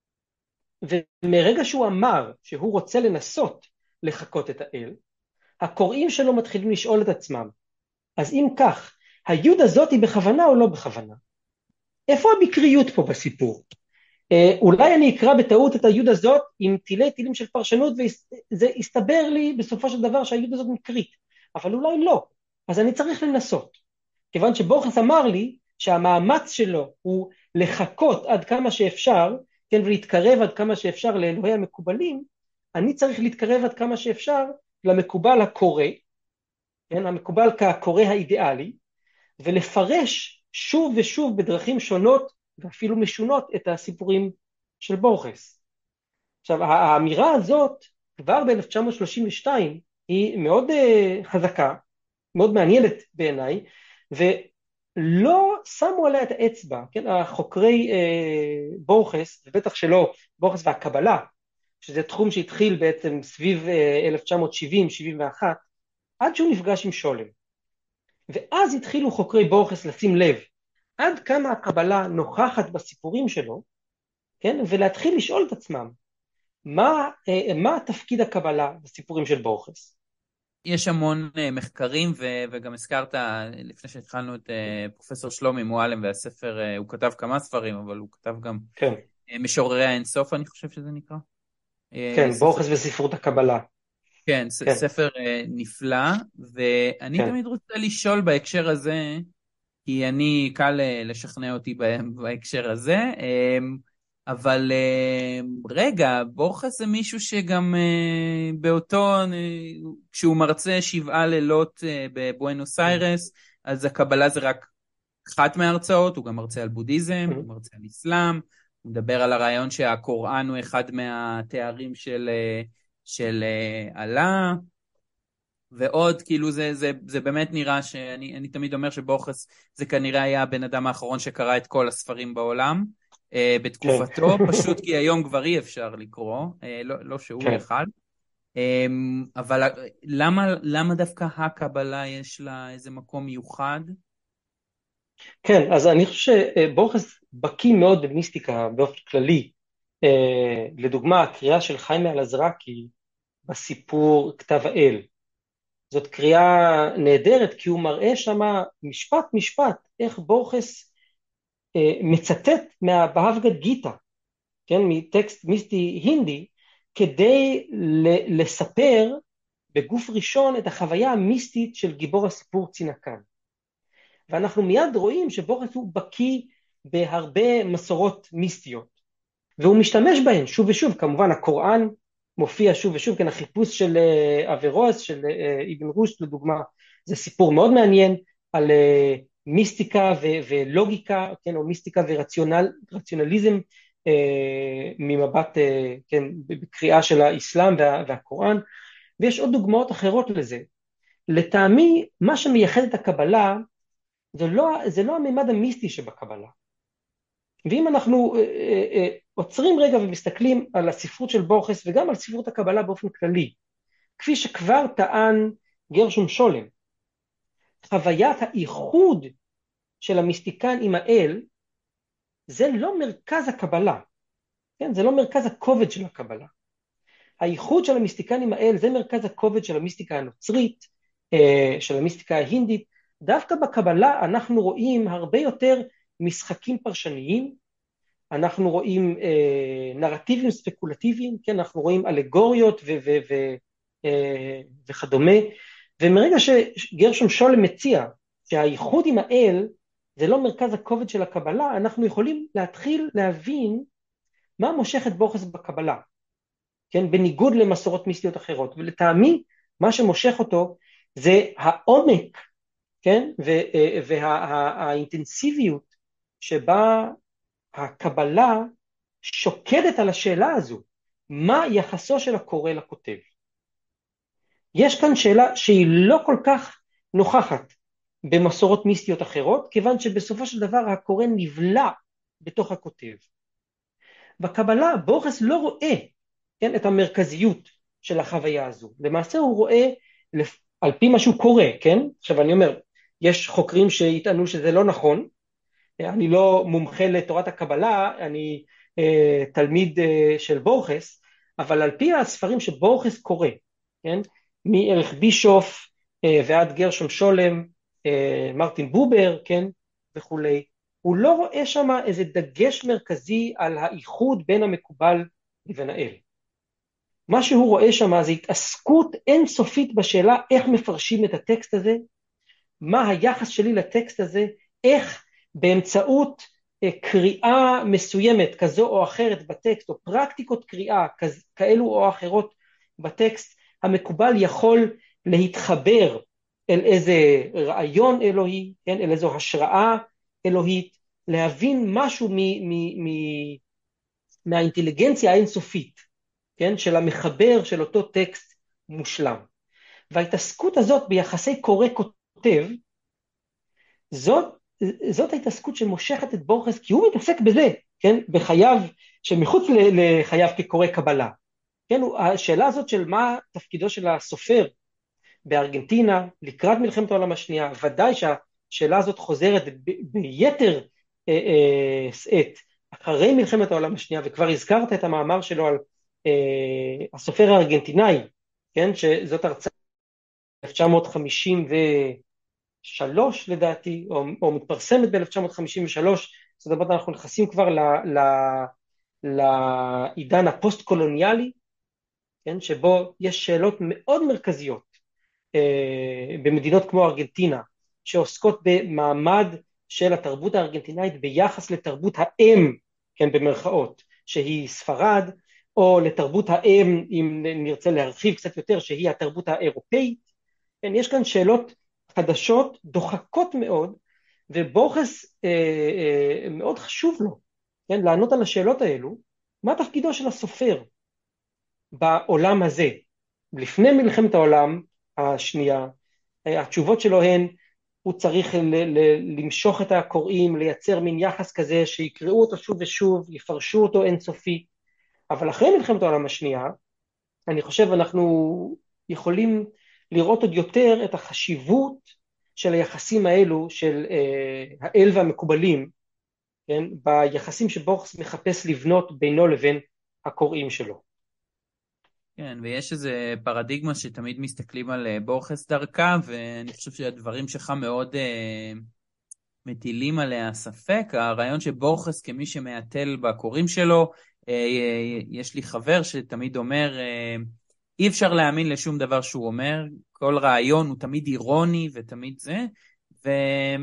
ומרגע שהוא אמר שהוא רוצה לנסות לחקות את האל, הקוראים שלו מתחילים לשאול את עצמם, אז אם כך, היוד הזאת היא בכוונה או לא בכוונה? איפה המקריות פה בסיפור? אה, אולי אני אקרא בטעות את היוד הזאת עם תילי תילים של פרשנות, וזה יסתבר לי בסופו של דבר שהיוד הזאת מקרית, אבל אולי לא, אז אני צריך לנסות. כיוון שבורכס אמר לי שהמאמץ שלו הוא לחכות עד כמה שאפשר, כן, ולהתקרב עד כמה שאפשר לאלוהי המקובלים, אני צריך להתקרב עד כמה שאפשר למקובל הקורא, כן, המקובל כקורא האידיאלי, ולפרש שוב ושוב בדרכים שונות ואפילו משונות את הסיפורים של בורכס. עכשיו, האמירה הזאת כבר ב-אלף תשע מאות שלושים ושתיים היא מאוד uh, חזקה, מאוד מעניינת בעיניי, ולא שמו עליה את האצבע, כן, החוקרי uh, בורכס, ובטח שלא בורכס והקבלה, שזה תחום שהתחיל בעצם סביב uh, אלף תשע מאות שבעים שבעים ואחת, עד שהוא נפגש עם שולם. ואז התחילו חוקרי בורכס לשים לב עד כמה הקבלה נוכחת בסיפורים שלו, כן? ולהתחיל לשאול את עצמם, מה, מה תפקיד הקבלה בסיפורים של בורכס? יש המון uh, מחקרים, ו- וגם הזכרת, לפני שהתחלנו את uh, פרופסור שלומי מועלם והספר, uh, הוא כתב כמה ספרים, אבל הוא כתב גם כן, uh, משוררי האינסוף, אני חושב שזה נקרא. Uh, כן, ספר, בורכס וספרות הקבלה. כן, ס- כן, ספר uh, נפלא, ואני כן, תמיד רוצה לשאול בהקשר הזה, כי אני, קל אה, לשכנע אותי ב- בהקשר הזה, אה, אבל אה, רגע, בורכס זה מישהו שגם אה, באותו, אה, כשהוא מרצה שבעה לילות אה, בבואנוס mm, איירס, אז הקבלה זה רק אחת מההרצאות, הוא גם מרצה על בודהיזם, הוא mm, מרצה על אסלאם, הוא מדבר על הרעיון שהקוראן הוא אחד מהתארים של, אה, של אה, אללה, ועוד, כאילו זה, זה, זה באמת נראה שאני אני תמיד אומר שבוכס זה כנראה היה הבן אדם האחרון שקרא את כל הספרים בעולם אה, כן, בתקופתו, פשוט כי היום כבר אי אפשר לקרוא, אה, לא, לא שהוא כן. יכל. אה, אבל למה, למה דווקא הקבלה יש לה איזה מקום מיוחד? כן, אז אני חושב שבורכס בקיא מאוד במיסטיקה באופן כללי. אה, לדוגמה, הקריאה של חיימה אלעזרקי בסיפור כתב האל, זאת קריאה נהדרת, כי הוא מראה שמה משפט משפט, איך בורכס אה, מצטט מהבהבגד גיטה, כן, מטקסט מיסטי הינדי, כדי ל- לספר בגוף ראשון את החוויה המיסטית של גיבור הסיפור צינקן. ואנחנו מיד רואים שבורכס הוא בקיא בהרבה מסורות מיסטיות, והוא משתמש בהן שוב ושוב. כמובן הקוראן מופיע שוב ושוב, כן, החיפוש של אה, אברוז, של אה, אבן רושד לדוגמה, זה סיפור מאוד מעניין על אה, מיסטיקה ו- ולוגיקה, כן, או מיסטיקה ורציונליזם אה, ממבט, אה, כן, בקריאה של האסלאם וה- והקוראן, ויש עוד דוגמאות אחרות לזה. לטעמי, מה שמייחד את הקבלה, זה לא, זה לא הממד המיסטי שבקבלה. ואם אנחנו אה, אה, אה, עוצרים רגע ומסתכלים על הספרות של בורכס וגם על ספרות הקבלה באופן כללי, כפי שכבר טען גרשום שולם, חוויית האיחוד של המיסטיקן עם האל, זה לא מרכז הקבלה, כן? זה לא מרכז הכובד של הקבלה. האיחוד של המיסטיקן עם האל זה מרכז הכובד של המיסטיקה הנוצרית, אה, של המיסטיקה ההינדית. דווקא בקבלה אנחנו רואים הרבה יותר משחקים פרשניים, אנחנו רואים אה, נרטיבים ספקולטיביים, כן, אנחנו רואים אלגוריות ו- ו- ו- אה, וכדומה, ומרגע שגרשום שולם מציע שהאיחוד עם האל זה לא מרכז הכובד של הקבלה, אנחנו יכולים להתחיל להבין מה מושך את בורכס בקבלה, כן, בניגוד למסורות מיסטיות אחרות. ולטעמי מה שמושך אותו זה העומק, כן, והאינטנסיביות שבה הקבלה שוקדת על השאלה הזו, מה יחסו של הקורא לכותב. יש כאן שאלה שהיא לא כל כך נוכחת במסורות מיסטיות אחרות, כיוון שבסופו של דבר הקורא נבלע בתוך הכותב. בקבלה בורכס לא רואה, כן, את המרכזיות של החוויה הזו. למעשה הוא רואה על פי מה שהוא קורא, כן? עכשיו אני אומר, יש חוקרים שיטענו שזה לא נכון, אני לא מומחה לתורת הקבלה, אני אה, תלמיד אה, של בורכס, אבל על פי הספרים שבורכס קורא, כן? מערך בישוף אה, ועד גרשום שולם, אה, מרטין בובר, כן? וכולי, הוא לא רואה שם איזה דגש מרכזי על האיחוד בין המקובל לבין האל. מה שהוא רואה שם זה התעסקות אינסופית בשאלה איך מפרשים את הטקסט הזה, מה היחס שלי לטקסט הזה, איך באמצעות קריאה מסוימת כזו או אחרת בטקסט, או פרקטיקות קריאה כאלו או אחרות בטקסט, המקובל יכול להתחבר אל איזה רעיון אלוהי, כן? אל איזו השראה אלוהית, להבין משהו מ, מ, מ, מהאינטליגנציה האינסופית, כן? של המחבר של אותו טקסט מושלם. וההתעסקות הזאת ביחסי קורא-כותב, זאת, זאת ההתעסקות שמושכת את בורכס, כי הוא מתעסק בזה, כן? בחייו, שמחוץ לחייו כקורא קבלה. כן? השאלה הזאת של מה תפקידו של הסופר בארגנטינה, לקראת מלחמת העולם השנייה, ודאי שהשאלה הזאת חוזרת ב- ביתר אה, אה, שאת, אחרי מלחמת העולם השנייה, וכבר הזכרת את המאמר שלו על אה, הסופר הארגנטינאי, כן, שזאת הרצאה אלף תשע מאות חמישים ושלוש לדעתי, או, או מתפרסמת ב-אלף תשע מאות חמישים ושלוש, זאת אומרת אנחנו נכנסים כבר ל, ל, לעידן הפוסט-קולוניאלי, כן, שבו יש שאלות מאוד מרכזיות אה, במדינות כמו ארגנטינה, שעוסקות במעמד של התרבות הארגנטינאית ביחס לתרבות האם, כן, במרכאות, שהיא ספרד, או לתרבות האם, אם נרצה להרחיב קצת יותר, שהיא התרבות האירופאית. כן, יש כאן שאלות חדשות, דוחקות מאוד, ובורכס אה, אה, מאוד חשוב לו, כן, לענות על השאלות האלו. מה תפקידו של הסופר בעולם הזה? לפני מלחמת העולם השנייה, התשובות שלו הן, הוא צריך ל- ל- למשוך את הקוראים, לייצר מין יחס כזה שיקראו אותו שוב ושוב, יפרשו אותו אינסופי. אבל אחרי מלחמת העולם השנייה, אני חושב אנחנו יכולים לראות עוד יותר את החשיבות של היחסים האלו של אה, האל והמקובלים, כן, ביחסים שבורכס מחפש לבנות בינו לבין הקוראים שלו. כן, ויש איזה פרדיגמה שתמיד מסתכלים על אה, בורכס דרכה, ואני חושב שהדברים שלך מאוד אה, מטילים עליה ספק. הרעיון שבורכס כמי שמעטל בקוראים שלו, אה, אה, יש לי חבר שתמיד אומר, אה, אי אפשר להאמין לשום דבר שהוא אומר, כל רעיון הוא תמיד אירוני ותמיד זה, ו...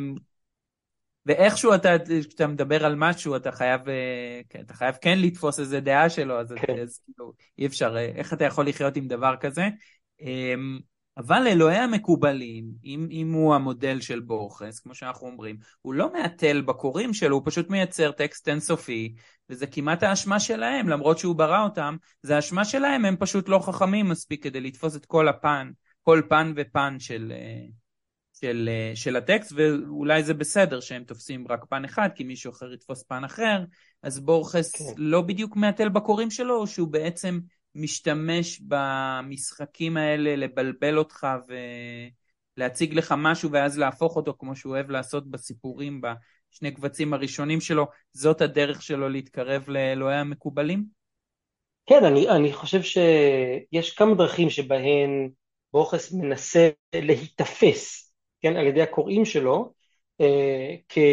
ואיכשהו אתה, כשאתה מדבר על משהו, אתה חייב, אה, כן, אתה חייב כן לתפוס איזה דעה שלו, אז, כן. אז כאילו, אי אפשר, אה, איך אתה יכול לחיות עם דבר כזה? אמ, אבל אלוהי המקובלים, אם, אם הוא המודל של בורכס, כמו שאנחנו אומרים, הוא לא מעטל בקוראים שלו, הוא פשוט מייצר טקסט אינסופי, וזה כמעט האשמה שלהם, למרות שהוא ברא אותם, זה האשמה שלהם, הם פשוט לא חכמים מספיק כדי לתפוס את כל הפן, כל פן ופן של... אה, של, של הטקסט, ואולי זה בסדר שהם תופסים רק פן אחד, כי מישהו אחר יתפוס פן אחר, אז בורכס כן. לא בדיוק מעטל בקוראים שלו, או שהוא בעצם משתמש במשחקים האלה לבלבל אותך ולהציג לך משהו, ואז להפוך אותו כמו שהוא אוהב לעשות בסיפורים, בשני קבצים הראשונים שלו, זאת הדרך שלו להתקרב לאלוהי המקובלים? כן, אני, אני חושב שיש כמה דרכים שבהן בורכס מנסה להיתפס, כן, על ידי הקוראים שלו, אה,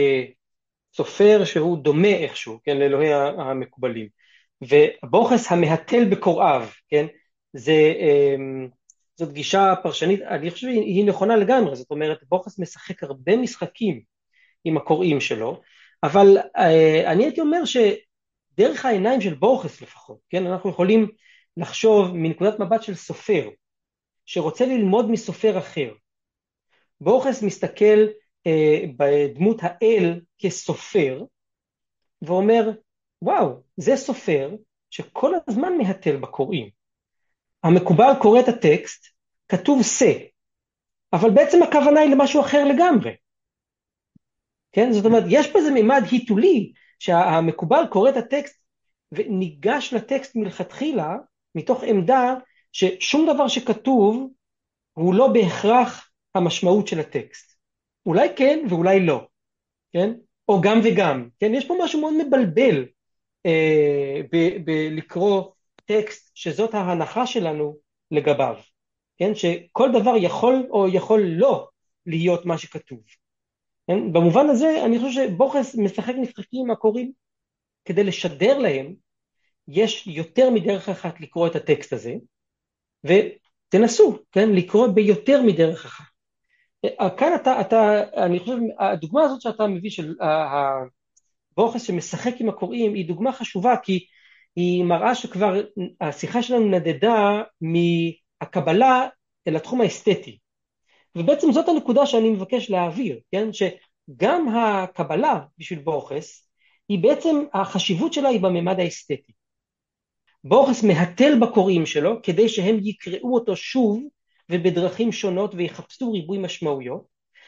כסופר שהוא דומה איכשהו, כן, לאלוהי המקובלים. ובורכס המהתל בקוראיו, כן, זה, אה, זאת גישה פרשנית, אני חושב שהיא נכונה לגמרי, זאת אומרת, בורכס משחק הרבה משחקים עם הקוראים שלו, אבל אה, אני הייתי אומר ש... דרך העיניים של בורכס לפחות, כן, אנחנו יכולים לחשוב מנקודת מבט של סופר, שרוצה ללמוד מסופר אחר. בורכס מסתכל אה, בדמות האל כסופר, ואומר, וואו, זה סופר שכל הזמן מהתל בקוראים. המקובל קורא את הטקסט, כתוב סה, אבל בעצם הכוונה היא למשהו אחר לגמרי. כן, זאת אומרת, יש פה איזה מימד היתולי, שהמקובל קורא את הטקסט, וניגש לטקסט מלכתחילה, מתוך עמדה ששום דבר שכתוב, הוא לא בהכרח המשמעות של הטקסט. אולי כן ואולי לא, כן? או גם וגם, כן? יש פה משהו מאוד מבלבל אה, ב- בלקרוא טקסט שזאת ההנחה שלנו לגביו, כן? שכל דבר יכול או יכול לא להיות מה שכתוב. כן? במובן הזה אני חושב שבורכס משחק משחקים עם הקוראים כדי לשדר להם יש יותר מדרך אחת לקרוא את הטקסט הזה, ותנסו, כן, לקרוא ביותר מדרך אחת. כאן אתה, אתה, אני חושב, הדוגמה הזאת שאתה מביא של הבורכס שמשחק עם הקוראים, היא דוגמה חשובה, כי היא מראה שכבר השיחה שלנו נדדה מהקבלה אל התחום האסתטי. ובעצם זאת הנקודה שאני מבקש להעביר, כן, שגם הקבלה בשביל בורכס, היא בעצם, החשיבות שלה היא בממד האסתטי. בורכס מהתל בקוראים שלו כדי שהם יקראו אותו שוב ובדרכים שונות ויחפשו ריבוי משמעויות,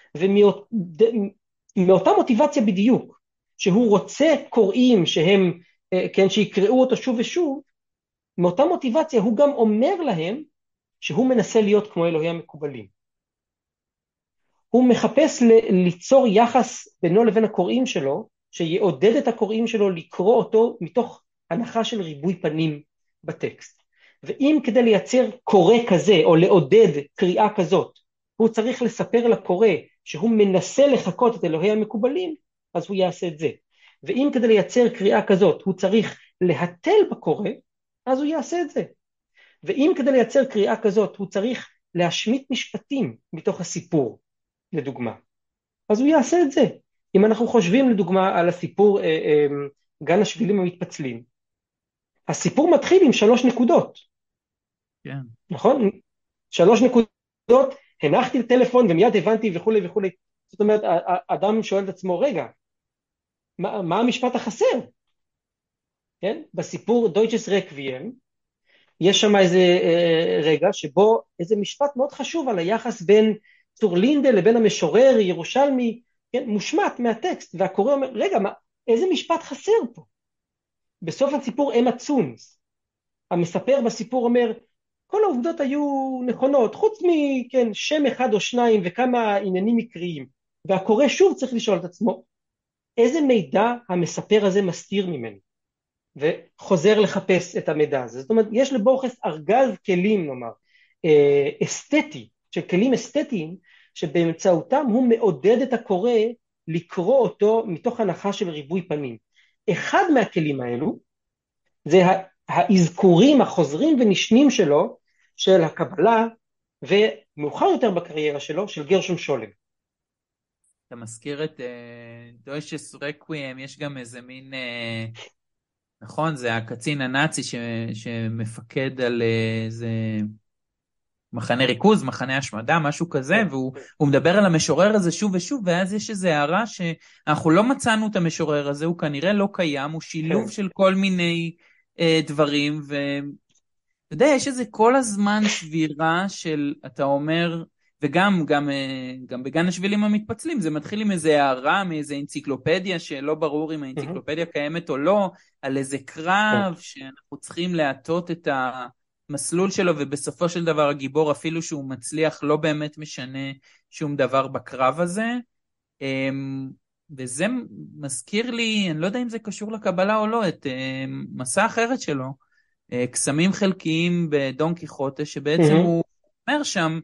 ומאותה מוטיבציה בדיוק שהוא רוצה קוראים שהם, כן, שיקראו אותו שוב ושוב, מאותה מוטיבציה הוא גם אומר להם שהוא מנסה להיות כמו אלוהי המקובלים. הוא מחפש ליצור יחס בינו לבין הקוראים שלו שיעודד את הקוראים שלו לקרוא אותו מתוך הנחה של ריבוי פנים בטקסט. ואם כדי לייצר קורא כזה, או לעודד קריאה כזאת, הוא צריך לספר לקורא שהוא מנסה לחקות את אלוהי המקובלים, אז הוא יעשה את זה. ואם כדי לייצר קריאה כזאת, הוא צריך להתל בקורא, אז הוא יעשה את זה. ואם כדי לייצר קריאה כזאת, הוא צריך להשמיט משפטים מתוך הסיפור, לדוגמה, אז הוא יעשה את זה. אם אנחנו חושבים לדוגמה על הסיפור אה, אה, גן השבילים המתפצלים, הסיפור מתחיל עם שלוש נקודות. כן. נכון? שלוש נקודות, הנחתי לטלפון ומיד הבנתי וכו' וכו'. זאת אומרת, האדם שואל את עצמו, רגע, מה, מה המשפט החסר? כן? בסיפור דויטשס רקוויאם, יש שם איזה אה, רגע שבו איזה משפט מאוד חשוב על היחס בין צור לינדה לבין המשורר ירושלמי, כן? מושמט מהטקסט, והקורא אומר, רגע, מה, איזה משפט חסר פה? בסוף הסיפור אמה צונס, המספר בסיפור אומר, כל העובדות היו נכונות, חוץ מכן, שם אחד או שניים וכמה עניינים מקריים, והקורא שוב צריך לשאול את עצמו, איזה מידע המספר הזה מסתיר ממנו, וחוזר לחפש את המידע הזה. זאת אומרת, יש לבורכס ארגז כלים, נאמר, אסתטי, של כלים אסתטיים, שבאמצעותם הוא מעודד את הקורא לקרוא אותו מתוך הנחה של ריבוי פנים. אחד מהכלים האלו, זה האזכורים החוזרים ונשנים שלו, של הקבלה, ומאוחר יותר בקריירה שלו, של גרשום שולם. אתה מזכיר את דויטשס רקוויאם, יש גם איזה מין, אה, נכון, זה הקצין הנאצי ש, שמפקד על איזה מחנה ריכוז, מחנה השמדה, משהו כזה, והוא מדבר על המשורר הזה שוב ושוב, ואז יש איזו הערה שאנחנו לא מצאנו את המשורר הזה, הוא כנראה לא קיים, הוא שילוב של כל מיני אה, דברים, ואתה יודע, יש איזה כל הזמן שבירה של, אתה אומר, וגם גם, גם בגן השבילים המתפצלים, זה מתחיל עם איזה הערה, מאיזה אנציקלופדיה, שלא ברור אם האנציקלופדיה קיימת או לא, על איזה קרב, שאנחנו צריכים להטות את המסלול שלו, ובסופו של דבר הגיבור, אפילו שהוא מצליח, לא באמת משנה שום דבר בקרב הזה, וזה מזכיר לי, אני לא יודע אם זה קשור לקבלה או לא, את מסע אחרת שלו, קסמים חלקיים בדון קיחוטה, שבעצם הוא אומר שם,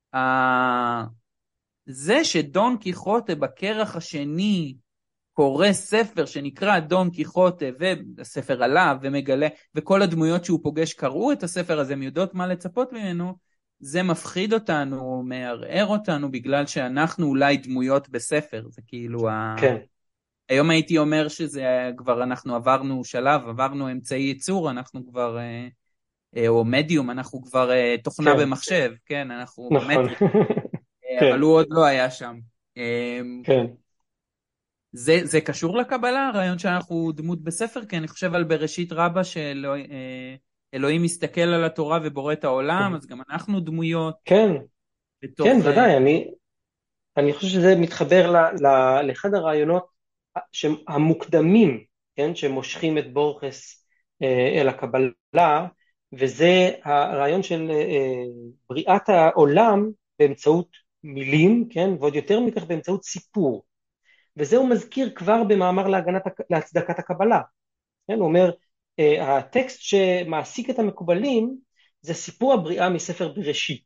זה שדון קיחוטה בקרח השני קורא ספר שנקרא דון קיחוטה, והספר עליו ומגלה, וכל הדמויות שהוא פוגש קראו את הספר הזה, הם יודעות מה לצפות ממנו, זה מפחיד אותנו, מערער אותנו, בגלל שאנחנו אולי דמויות בספר, זה כאילו כן. ה... היום הייתי אומר שזה כבר אנחנו עברנו שלב, עברנו אמצעי ייצור, אנחנו כבר, או מדיום, אנחנו כבר תוכנה כן. במחשב, כן, אנחנו נכון. במטריק, אבל הוא עוד לא היה שם. כן. זה, זה קשור לקבלה, הרעיון שאנחנו דמות בספר, כי אני חושב על בראשית רבה שאלוהים מסתכל על התורה ובורא את העולם, אז גם אנחנו דמויות. כן, בתוך... כן, ודאי, אני, אני חושב שזה מתחבר ל, ל, לאחד הרעיונות המוקדמים, כן, שמושכים את בורכס אה, אל הקבלה, וזה הרעיון של אה, בריאת העולם באמצעות מילים, כן, ועוד יותר מכך באמצעות סיפור. וזה הוא מזכיר כבר במאמר להגנת, להצדקת הקבלה. כן, הוא אומר, אה, הטקסט שמעסיק את המקובלים זה סיפור הבריאה מספר בראשית.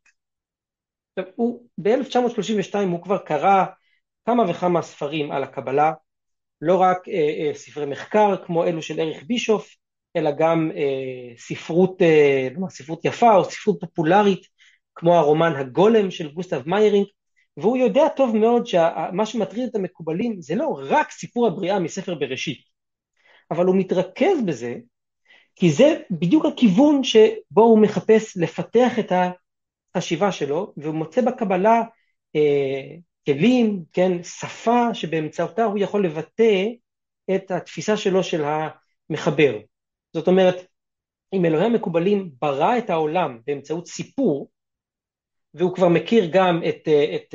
הוא, ב-אלף תשע מאות שלושים ושתיים הוא כבר קרא כמה וכמה ספרים על הקבלה, לא רק אה, אה, ספרי מחקר כמו אלו של אריך בישוף, אלא גם אה, ספרות, אה, ספרות יפה או ספרות פופולרית, כמו הרומן הגולם של גוסטב מיירינג, והוא יודע טוב מאוד שמה שמטריד את המקובלים זה לא רק סיפור הבריאה מספר בראשית, אבל הוא מתרכז בזה, כי זה בדיוק הכיוון שבו הוא מחפש לפתח את החשיבה שלו, והוא מוצא בקבלה אה, כלים, כן, שפה שבאמצעותה הוא יכול לבטא את התפיסה שלו של המחבר. זאת אומרת, אם אלוהי המקובלים ברא את העולם באמצעות סיפור, והוא כבר מכיר גם את, את, את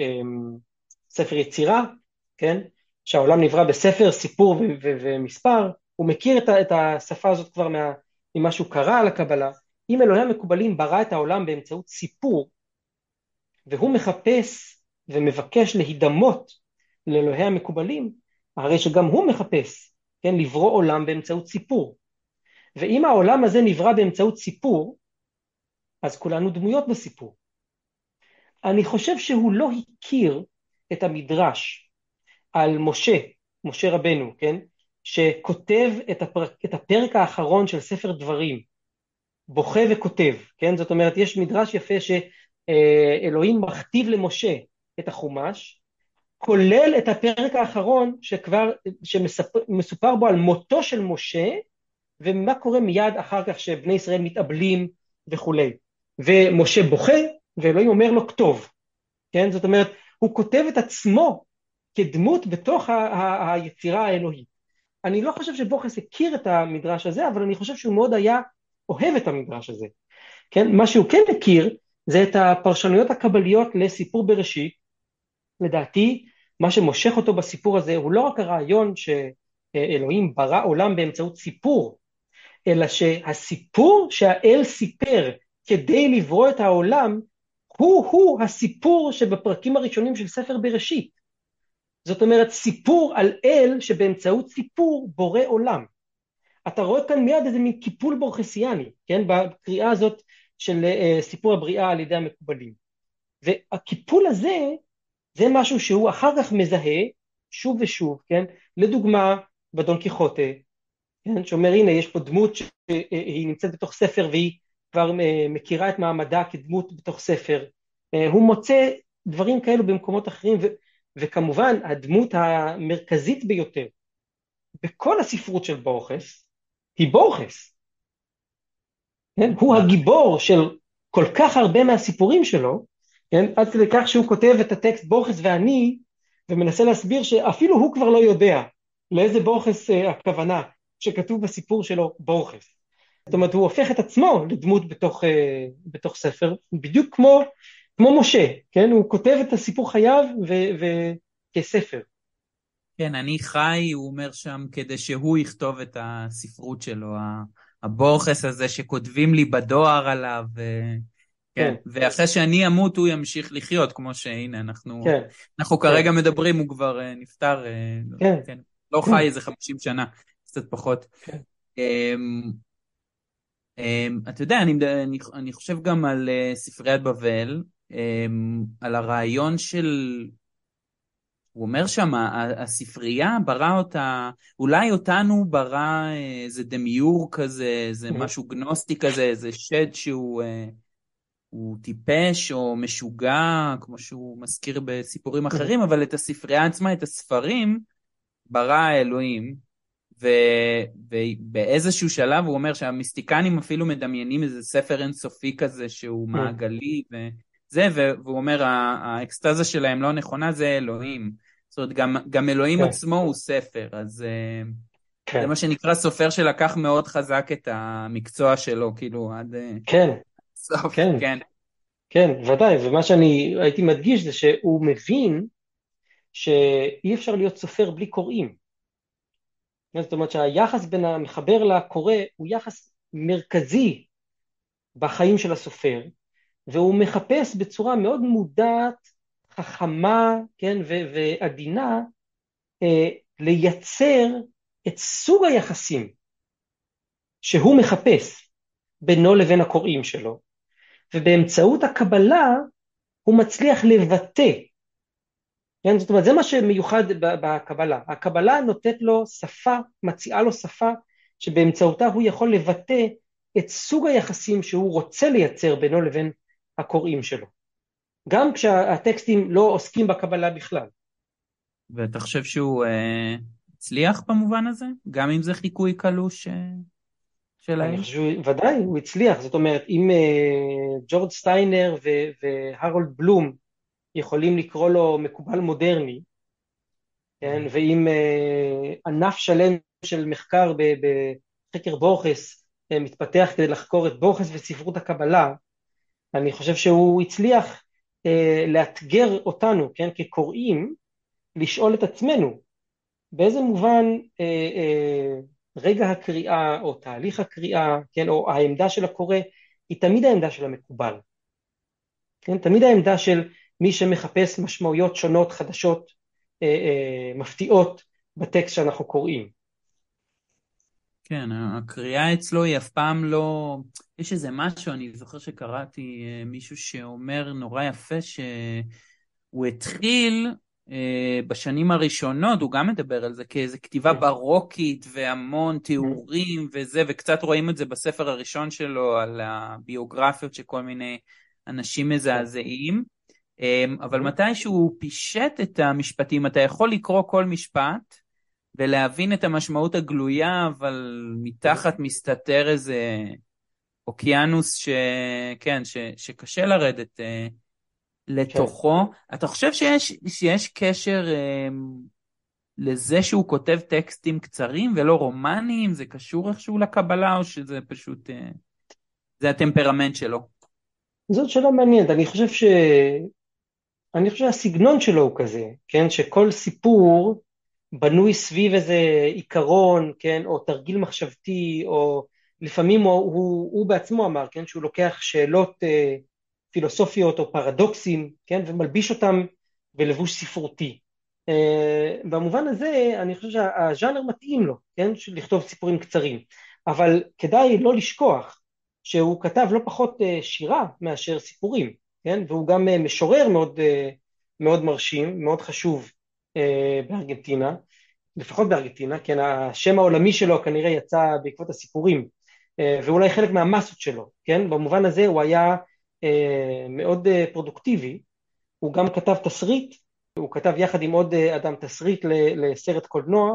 ספר יצירה, כן, שהעולם נברא בספר, סיפור ו- ו- ומספר, הוא מכיר את, את השפה הזאת כבר מה, ממה שהוא קרא על הקבלה. אם אלוהי המקובלים ברא את העולם באמצעות סיפור, והוא מחפש ומבקש להידמות לאלוהי המקובלים, הרי שגם הוא מחפש, כן, לברוא עולם באמצעות סיפור. ואם העולם הזה נברא באמצעות סיפור, אז כולנו דמויות בסיפור. אני חושב שהוא לא הכיר את המדרש על משה, משה רבנו, כן? שכותב את הפרק, את הפרק האחרון של ספר דברים, בוכה וכותב, כן? זאת אומרת, יש מדרש יפה שאלוהים מכתיב למשה את החומש, כולל את הפרק האחרון שכבר, שמסופר בו על מותו של משה, ומה קורה מיד אחר כך שבני ישראל מתאבלים וכולי. ומשה בוכה, ואלוהים אומר לו כתוב, כן? זאת אומרת, הוא כותב את עצמו כדמות בתוך ה- ה- היצירה האלוהית. אני לא חושב שבוכס הכיר את המדרש הזה, אבל אני חושב שהוא מאוד היה אוהב את המדרש הזה. כן? מה שהוא כן הכיר, זה את הפרשנויות הקבליות לסיפור בראשית. לדעתי, מה שמושך אותו בסיפור הזה, הוא לא רק הרעיון שאלוהים ברא עולם באמצעות סיפור, אלא שהסיפור שהאל סיפר כדי לברוא את העולם, הוא-הוא הסיפור שבפרקים הראשונים של ספר בראשית. זאת אומרת, סיפור על אל שבאמצעות סיפור בורא עולם. אתה רואה כאן מיד איזה מין קיפול בורכסיאני, כן? בקריאה הזאת של uh, סיפור הבריאה על ידי המקובלים. והקיפול הזה, זה משהו שהוא אחר כך מזהה שוב ושוב, כן? לדוגמה, בדון קיחוטה, כן? שאומר, הנה, יש פה דמות שהיא נמצאת בתוך ספר, והיא כבר מכירה את מעמדה כדמות בתוך ספר. הוא מוצא דברים כאלו במקומות אחרים, ו- וכמובן, הדמות המרכזית ביותר בכל הספרות של בורכס, היא בורכס. כן? הוא הגיבור של כל כך הרבה מהסיפורים שלו, כן? עד כדי כך שהוא כותב את הטקסט בורכס ואני, ומנסה להסביר שאפילו הוא כבר לא יודע לאיזה בורכס uh, הכוונה, שכתוב בסיפור שלו בורכס. זאת אומרת, הוא הופך את עצמו לדמות בתוך, uh, בתוך ספר, בדיוק כמו, כמו משה, כן? הוא כותב את הסיפור חייו ו- ו- כספר. כן, אני חי, הוא אומר שם, כדי שהוא יכתוב את הספרות שלו, הבורכס הזה שכותבים לי בדואר עליו, כן, ואחרי שאני אמות הוא ימשיך לחיות, כמו שהנה, אנחנו, כן, אנחנו כרגע מדברים, הוא כבר נפטר, כן, כן, לא חי איזה חמישים שנה, קצת פחות. כן. אתה יודע, אני, אני, אני חושב גם על ספריית בבל, על הרעיון של, הוא אומר שם, הספרייה ברא אותה, אולי אותנו ברא איזה דמיור כזה, איזה משהו גנוסטי כזה, איזה שד שהוא הוא טיפש או משוגע, כמו שהוא מזכיר בסיפורים אחרים, אבל את הספרייה עצמה, את הספרים, ברא האלוהים, ובאיזשהו שלב הוא אומר שהמיסטיקנים אפילו מדמיינים איזה ספר אינסופי כזה, שהוא מעגלי, וזה, והוא אומר, האקסטזה שלהם לא נכונה, זה אלוהים. זאת אומרת, גם, גם אלוהים עצמו הוא ספר, אז זה מה שנקרא סופר שלקח מאוד חזק את המקצוע שלו, כאילו, עד סוף, כן. כן, ודאי, ומה שאני הייתי מדגיש זה שהוא מבין שאי אפשר להיות סופר בלי קוראים. זאת אומרת שהיחס בין המחבר לקורא הוא יחס מרכזי בחיים של הסופר, והוא מחפש בצורה מאוד מודעת, חכמה, כן, ו- ועדינה, אה, לייצר את סוג היחסים שהוא מחפש בינו לבין הקוראים שלו, ובאמצעות הקבלה הוא מצליח לבטא. כן? זאת אומרת, זה מה שמיוחד בקבלה. הקבלה נותנת לו שפה, מציעה לו שפה, שבאמצעותה הוא יכול לבטא את סוג היחסים שהוא רוצה לייצר בינו לבין הקוראים שלו. גם כשהטקסטים לא עוסקים בקבלה בכלל. ואתה חושב שהוא אה, הצליח במובן הזה? גם אם זה חיקוי קלוש אה, שלהם? אני חושב, ודאי, הוא הצליח. זאת אומרת, אם אה, ג'ורג' סטיינר ו- והרולד בלום יכולים לקרוא לו מקובל מודרני, כן? ואם אה, ענף שלם של מחקר בחקר בורכס אה, מתפתח כדי לחקור את בורכס וספרות הקבלה, אני חושב שהוא הצליח אה, לאתגר אותנו, כן? כקוראים, לשאול את עצמנו, באיזה מובן אה, אה, רגע הקריאה או תהליך הקריאה, כן? או העמדה של הקורא, היא תמיד העמדה של המקובל. כן? תמיד העמדה של מי שמחפש משמעויות שונות, חדשות, אה, אה, מפתיעות בטקסט שאנחנו קוראים. כן, הקריאה אצלו היא אף פעם לא... יש איזה משהו, אני זוכר שקראתי אה, מישהו שאומר נורא יפה שהוא התחיל אה, בשנים הראשונות, הוא גם מדבר על זה כאיזה כתיבה ברוקית והמון תיאורים וזה, וקצת רואים את זה בספר הראשון שלו על הביוגרפיות של כל מיני אנשים מזעזעים, אה, אבל מתי שהוא פישט את המשפטים, אתה יכול לקרוא כל משפט, ולהבין את המשמעות הגלויה, אבל מתחת מסתתר איזה אוקיינוס ש... כן, ש... שקשה לרדת אה, כן. לתוכו. אתה חושב שיש, שיש קשר אה, לזה שהוא כותב טקסטים קצרים ולא רומניים? זה קשור איכשהו לקבלה, או שזה פשוט, אה, זה הטמפרמנט שלו? זאת שאלה מעניינת, אני חושב ש... אני חושב שהסגנון שלו הוא כזה, כן, שכל סיפור בנוי סביב איזה עיקרון, כן, או תרגיל מחשבתי, או לפעמים הוא, הוא, הוא בעצמו אמר, כן, שהוא לוקח שאלות אה, פילוסופיות או פרדוקסים, כן, ומלביש אותם בלבוש ספרותי. אה, במובן הזה אני חושב שהז'אנר מתאים לו, כן, של לכתוב סיפורים קצרים, אבל כדאי לא לשכוח שהוא כתב לא פחות אה, שירה מאשר סיפורים, כן, והוא גם אה, משורר מאוד, אה, מאוד מרשים, מאוד חשוב אה, בארגנטינה, לפחות בארגנטינה, כן, השם העולמי שלו כנראה יצא בעקבות הסיפורים, אה, ואולי חלק מהמסות שלו, כן, במובן הזה הוא היה אה, מאוד אה, פרודוקטיבי, הוא גם כתב תסריט, הוא כתב יחד עם עוד אה, אדם תסריט לסרט קולנוע,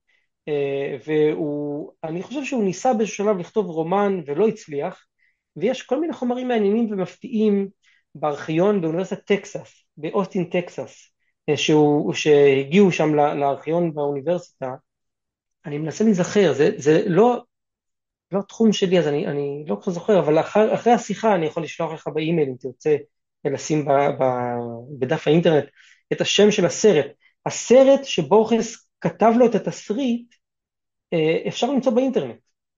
אה, והוא, אני חושב שהוא ניסה באיזשהו שלב לכתוב רומן ולא הצליח, ויש כל מיני חומרים מעניינים ומפתיעים בארכיון באוניברסיטת טקסס, באוסטין טקסס, אה, שהוא, שהגיעו שם לארכיון באוניברסיטה. אני מנסה להיזכר, זה, זה לא, לא תחום שלי, אז אני, אני לא כל זוכר, אבל אחר, אחרי השיחה אני יכול לשלוח לך באימייל אם תרצה לשים ב, ב, בדף האינטרנט את השם של הסרט. הסרט שבורכס כתב לו את התסריט, אה, אפשר למצוא באינטרנט.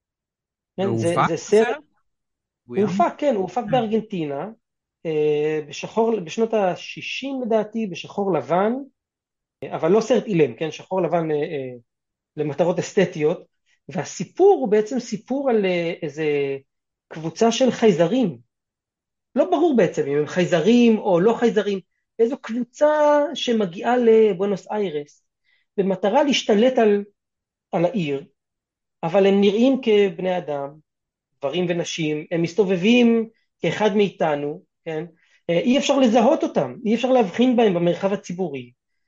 כן, זה, והופק זה סרט, בסרט? הוא הוא ים? הופק, כן, הוא הופק בארגנטינה, אה, בשחור, בשנות ה-שישים לדעתי, בשחור לבן, אבל לא סרט אילם, כן, שחור לבן אה, אה, למטרות אסתטיות, והסיפור הוא בעצם סיפור על אה, איזה קבוצה של חייזרים, לא ברור בעצם אם הם חייזרים או לא חייזרים, איזו קבוצה שמגיעה לבואנוס איירס, במטרה להשתלט על, על העיר, אבל הם נראים כבני אדם, גברים ונשים, הם מסתובבים כאחד מאיתנו, כן? אי אפשר לזהות אותם, אי אפשר להבחין בהם במרחב הציבורי,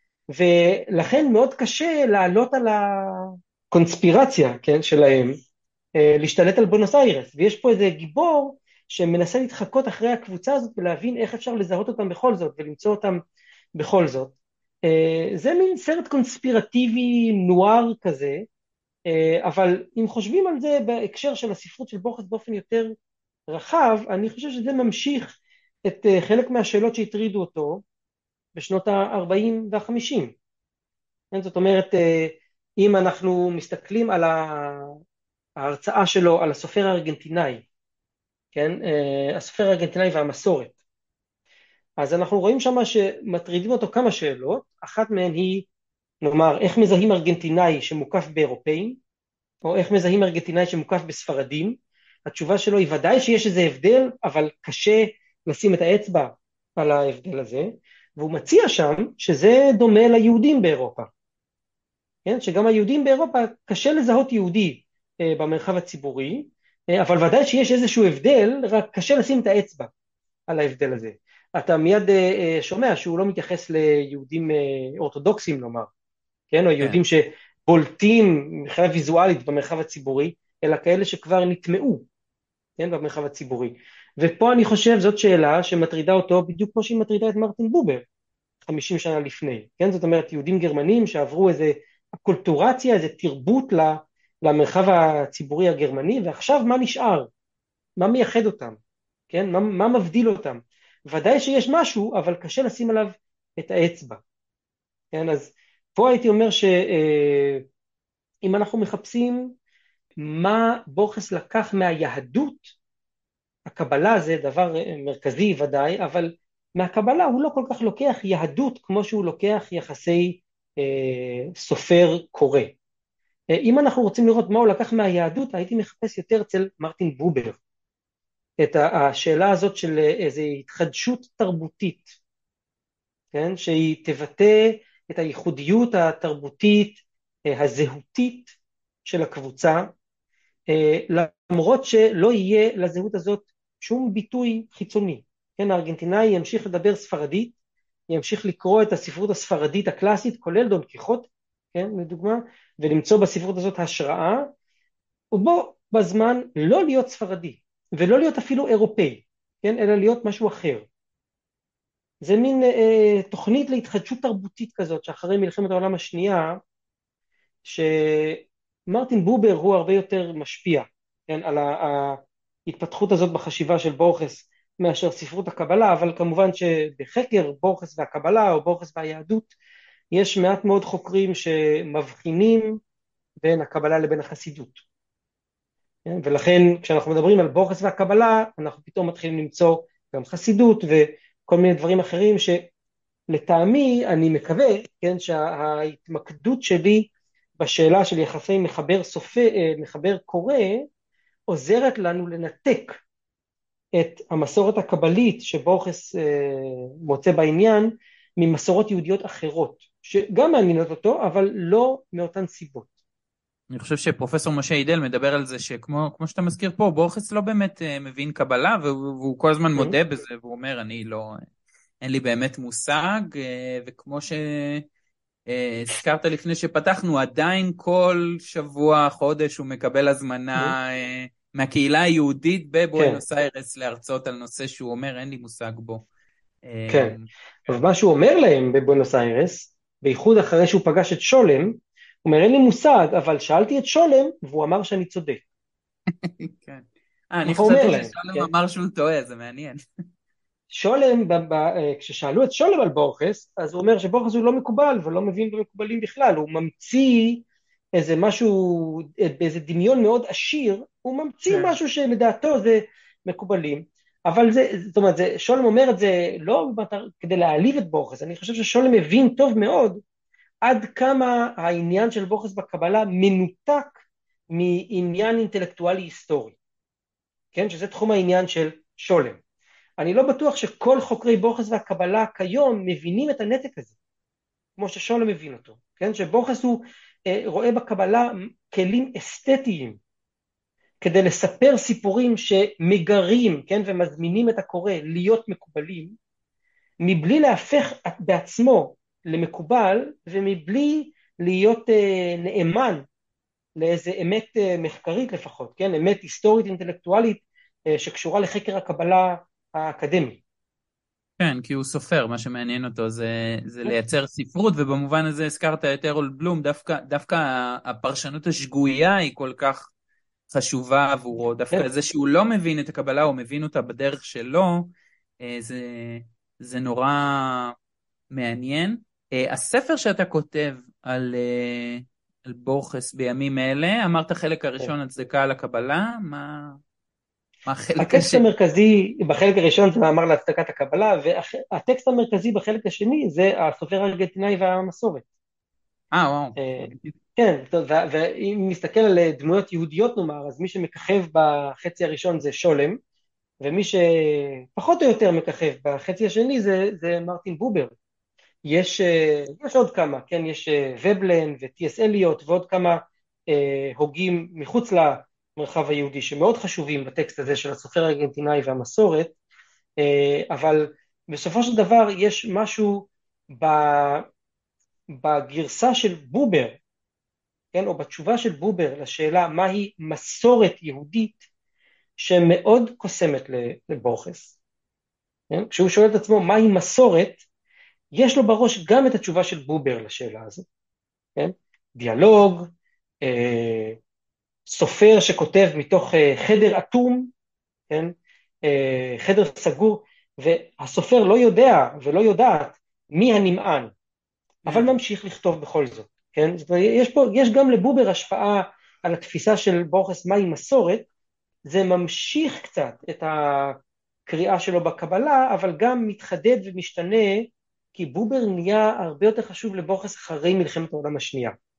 ולכן מאוד קשה לעלות על הקונספירציה, כן, שלהם, להשתלט על בונוס איירס, ויש פה איזה גיבור שמנסה להתחקות אחרי הקבוצה הזאת ולהבין איך אפשר לזהות אותם בכל זאת ולמצוא אותם בכל זאת. זה מין סרט קונספירטיבי נואר כזה, אבל אם חושבים על זה בהקשר של הספרות של בורכס באופן יותר רחב, אני חושב שזה ממשיך את חלק מהשאלות שהטרידו אותו בשנות ה-ארבעים וה-חמישים. זאת אומרת, אם אנחנו מסתכלים על ההרצאה שלו על הסופר הארגנטינאי, כן? הסופר הארגנטינאי והמסורת, אז אנחנו רואים שמה שמטרידים אותו כמה שאלות, אחת מהן היא, נאמר, איך מזהים ארגנטינאי שמוקף באירופאים, או איך מזהים ארגנטינאי שמוקף בספרדים. התשובה שלו היא ודאי שיש איזה הבדל, אבל קשה לשים את האצבע על ההבדל הזה, והוא מציע שם שזה דומה ליהודים באירופה, כן? שגם היהודים באירופה קשה לזהות יהודי אה, במרחב הציבורי, אה, אבל ודאי שיש איזשהו הבדל, רק קשה לשים את האצבע על ההבדל הזה. אתה מיד אה, אה, שומע שהוא לא מתייחס ליהודים אה, אורתודוקסים נאמר, כן? או כן. יהודים שבולטים מבחינה ויזואלית במרחב הציבורי, אלא כאלה שכבר נטמעו, כן? במרחב הציבורי. ופה אני חושב זאת שאלה שמטרידה אותו בדיוק כמו שהיא מטרידה את מרטין בובר חמישים שנה לפני, כן? זאת אומרת יהודים גרמנים שעברו איזה אקולטורציה, איזה תרבות למרחב הציבורי הגרמני, ועכשיו מה נשאר? מה מייחד אותם? כן? מה, מה מבדיל אותם? ודאי שיש משהו, אבל קשה לשים עליו את האצבע. כן? אז פה הייתי אומר שאם אנחנו מחפשים מה בורכס לקח מהיהדות, הקבלה זה דבר מרכזי ודאי, אבל מהקבלה הוא לא כל כך לוקח יהדות כמו שהוא לוקח יחסי אה, סופר קורא. אם אנחנו רוצים לראות מה הוא לקח מהיהדות, הייתי מחפש יותר אצל מרטין בובר, את השאלה הזאת של איזו התחדשות תרבותית, כן? שהיא תבטא את הייחודיות התרבותית, הזהותית של הקבוצה, למרות שלא יהיה לזהות הזאת שום ביטוי חיצוני. כן, הארגנטינאי ימשיך לדבר ספרדית, ימשיך לקרוא את הספרות הספרדית הקלאסית, כולל דון קיחוט, כן, לדוגמה, ולמצוא בספרות הזאת השראה, ובו בזמן לא להיות ספרדי, ולא להיות אפילו אירופאי, כן, אלא להיות משהו אחר. זה מין אה, תוכנית להתחדשות תרבותית כזאת, שאחרי מלחמת העולם השנייה, שמרטין בובר הוא הרבה יותר משפיע, כן, על ההתפתחות הזאת בחשיבה של בורכס, מאשר ספרות הקבלה, אבל כמובן שבחקר בורכס והקבלה, או בורכס והיהדות, יש מעט מאוד חוקרים שמבחינים בין הקבלה לבין החסידות. כן? ולכן כשאנחנו מדברים על בורכס והקבלה, אנחנו פתאום מתחילים למצוא גם חסידות וכל מיני דברים אחרים שלטעמי אני מקווה, כן, שההתמקדות שלי בשאלה של יחסי מחבר סופר, מחבר קורא, עוזרת לנו לנתק את המסורת הקבלית שבורכס מוצא בעניין, ממסורות יהודיות אחרות, שגם מעניינות אותו, אבל לא מאותן סיבות. אני חושב שפרופסור משה עידל מדבר על זה שכמו כמו שאתה מזכיר פה, בורכס לא באמת מבין קבלה, והוא, והוא כל הזמן מודה בזה, והוא אומר, אני לא, אין לי באמת מושג, וכמו שהזכרת לפני שפתחנו, עדיין כל שבוע, חודש, הוא מקבל הזמנה מהקהילה היהודית בבואנוס איירס להרצות על נושא שהוא אומר, אין לי מושג בו. כן, אבל מה שהוא אומר להם בבואנוס איירס, בייחוד אחרי שהוא פגש את שולם, הוא אומר, אין לי מושג, אבל שאלתי את שולם, והוא אמר שאני צודק. כן. אני חשבתי ששולם אמר שהוא טועה, זה מעניין. שולם, כששאלו את שולם על בורכס, אז הוא אומר שבורכס הוא לא מקובל, ולא מבין במקובלים בכלל, הוא ממציא איזה משהו, באיזה דמיון מאוד עשיר, הוא ממציא משהו שלדעתו זה מקובלים, אבל זה, זאת אומרת, זה, שולם אומר את זה לא כדי להעליב את בורכס, אני חושב ששולם מבין טוב מאוד, עד כמה העניין של בורכס בקבלה מנותק מעניין אינטלקטואלי היסטורי, כן, שזה תחום העניין של שולם. אני לא בטוח שכל חוקרי בורכס והקבלה כיום מבינים את הנתק הזה, כמו ששולם מבין אותו, כן, שבורכס הוא אה, רואה בקבלה כלים אסתטיים, כדי לספר סיפורים שמגרים, כן, ומזמינים את הקורא להיות מקובלים, מבלי להפך בעצמו למקובל, ומבלי להיות אה, נאמן לאיזה אמת אה, מחקרית לפחות, כן, אמת היסטורית אינטלקטואלית, אה, שקשורה לחקר הקבלה האקדמי. כן, כי הוא סופר, מה שמעניין אותו זה, זה לייצר ספרות, ובמובן הזה הזכרת את ארול בלום, דווקא, דווקא הפרשנות השגויה היא כל כך חשובה עבורו, דווקא זה שהוא לא מבין את הקבלה, הוא מבין אותה בדרך שלו, זה, זה נורא מעניין. הספר שאתה כותב על, על בורכס בימים אלה, אמרת חלק הראשון הצדקה על הקבלה, מה... הטקסט המרכזי בחלק הראשון זה מאמר להצדקת הקבלה, והטקסט המרכזי בחלק השני זה הסופר הארגנטינאי והמסורת. אה, וואו. כן, ואם נסתכל על דמויות יהודיות נאמר, אז מי שמככב בחצי הראשון זה שולם, ומי שפחות או יותר מככב בחצי השני זה, זה מרטין בובר. יש, יש עוד כמה, כן, יש ובלן וטי אס אליוט ועוד כמה אה, הוגים מחוץ למרחב היהודי שמאוד חשובים בטקסט הזה של הסופר הארגנטינאי והמסורת, אה, אבל בסופו של דבר יש משהו ב, בגרסה של בובר, כן, או בתשובה של בובר לשאלה מהי מסורת יהודית שמאוד קוסמת לבורכס. כן? כשהוא שואל את עצמו מהי מסורת, יש לו בראש גם את התשובה של בובר לשאלה הזאת. כן? דיאלוג, אה, סופר שכותב מתוך אה, חדר אטום, כן? אה, חדר סגור, והסופר לא יודע ולא יודעת מי הנמען, אבל ממשיך לכתוב בכל זאת. כן? זאת אומרת, יש פה, יש גם לבובר השפעה על התפיסה של בורכס מהי מסורת, זה ממשיך קצת את הקריאה שלו בקבלה, אבל גם מתחדד ומשתנה, כי בובר נהיה הרבה יותר חשוב לבורכס אחרי מלחמת העולם השנייה.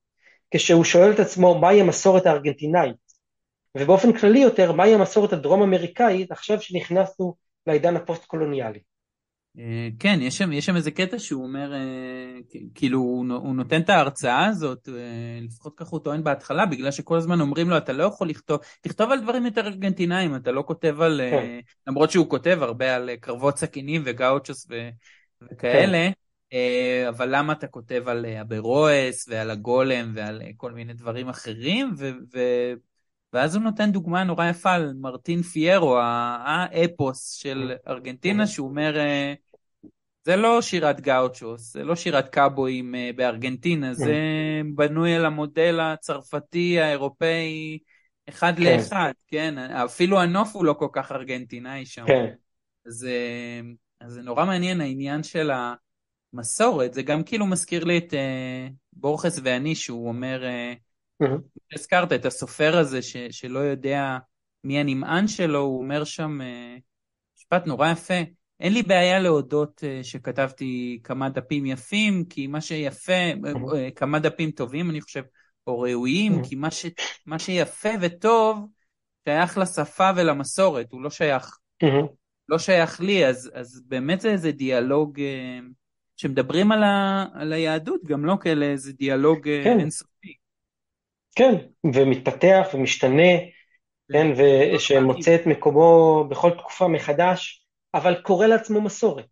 כשהוא שואל את עצמו מהי המסורת הארגנטינאית, ובאופן כללי יותר מהי המסורת הדרום אמריקאית עכשיו שנכנסנו לעידן הפוסט-קולוניאלי. אה, כן, יש שם, יש שם איזה קטע שהוא אומר, אה, כאילו הוא נו- הוא נותן את ההרצאה הזאת, אה, לפחות כך הוא טוען בהתחלה, בגלל שכל הזמן אומרים לו, אתה לא יכול לכתוב, תכתוב על דברים יותר ארגנטינאים, אתה לא כותב על, כן, אה, למרות שהוא כותב הרבה על אה, קרבות סכינים וגאוצ'וס ו- כן. וכאלה, אה, אבל למה אתה כותב על אה, אברואס ועל הגולם ועל אה, כל מיני דברים אחרים, ו... ו- ואז הוא נותן דוגמה נורא יפה על מרטין פיירו, האפוס של ארגנטינה, שהוא אומר, אה, זה לא שירת גאוצ'וס, זה לא שירת קאבויים אה, בארגנטינה, זה בנוי על המודל הצרפתי, האירופאי, אחד כן, לאחד, כן? אפילו הנוף הוא לא כל כך ארגנטינאי שם. כן. אז, אה, אז זה נורא מעניין העניין של המסורת, זה גם כאילו מזכיר לי את אה, בורכס ואני, שהוא אומר, אה, הזכרת את הסופר הזה ש, שלא יודע מי הנמען שלו, הוא אומר שם אה, משפט נורא יפה, אין לי בעיה להודות אה, שכתבתי כמה דפים יפים, כי מה שיפה, אה, אה, כמה דפים טובים אני חושב, או ראויים, כי מה, ש, מה שיפה וטוב שייך לשפה ולמסורת, הוא לא שייך, לא שייך לי, אז, אז באמת זה איזה דיאלוג אה, שמדברים על, ה, על היהדות, גם לא כאלה איזה דיאלוג אה, כן, אינסופי. כן, ומתפתח ומשתנה, כן, ושמוצא את מקומו בכל תקופה מחדש, אבל קורא לעצמו מסורת,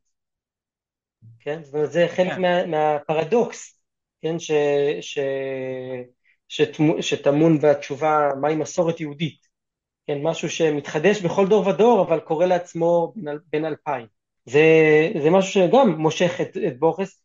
כן, זאת אומרת, זה חלק כן. מה, מהפרדוקס, כן, ש, ש, שטמו- שטמון בתשובה מהי מסורת יהודית, כן, משהו שמתחדש בכל דור ודור, אבל קורא לעצמו בן, אל- בן אלפיים. זה, זה משהו שגם מושך את, את בורכס,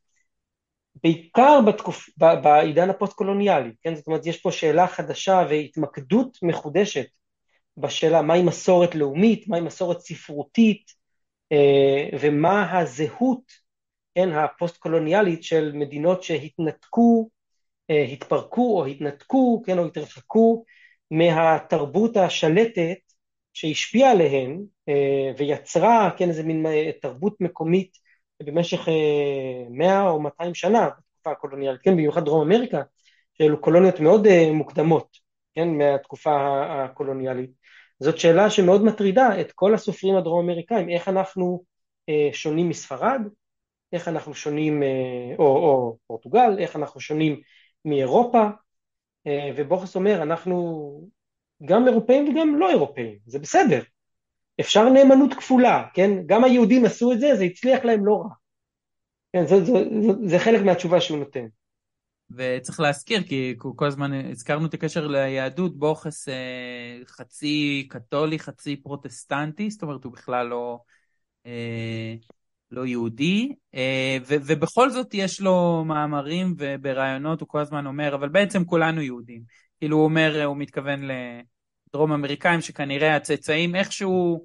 בעיקר בתקופ... ב- בעידן הפוסט-קולוניאלי, כן? זאת אומרת, יש פה שאלה חדשה והתמקדות מחודשת בשאלה מהי מסורת לאומית, מהי מסורת ספרותית, אה, ומה הזהות, כן, הפוסט-קולוניאלית של מדינות שהתנתקו, אה, התפרקו או התנתקו, כן, או התרחקו מהתרבות השלטת שהשפיעה עליהן, אה, ויצרה, כן, איזה מין אה, תרבות מקומית במשך אה, מאה או מאתיים שנה, בתקופה הקולוניאלית, כן, במיוחד דרום אמריקה, שאלו קולוניות מאוד אה, מוקדמות, כן, מהתקופה הקולוניאלית. זאת שאלה שמאוד מטרידה את כל הסופרים הדרום אמריקאים, איך אנחנו אה, שונים מספרד, איך אנחנו שונים, אה, או, או פורטוגל, איך אנחנו שונים מאירופה, אה, ובוכס אומר, אנחנו גם אירופאים וגם לא אירופאים, זה בסדר, אפשר נאמנות כפולה, כן? גם היהודים עשו את זה, זה הצליח להם לא רע. כן, זה, זה, זה, זה חלק מהתשובה שהוא נותן. וצריך להזכיר, כי כל הזמן הזכרנו את הקשר ליהדות, בורכס אה, חצי קתולי, חצי פרוטסטנטי, זאת אומרת הוא בכלל לא, אה, לא יהודי, אה, ו- ובכל זאת יש לו מאמרים וברעיונות, הוא כל הזמן אומר, אבל בעצם כולנו יהודים. כאילו הוא אומר, הוא מתכוון לדרום אמריקאים, שכנראה הצאצאים איכשהו,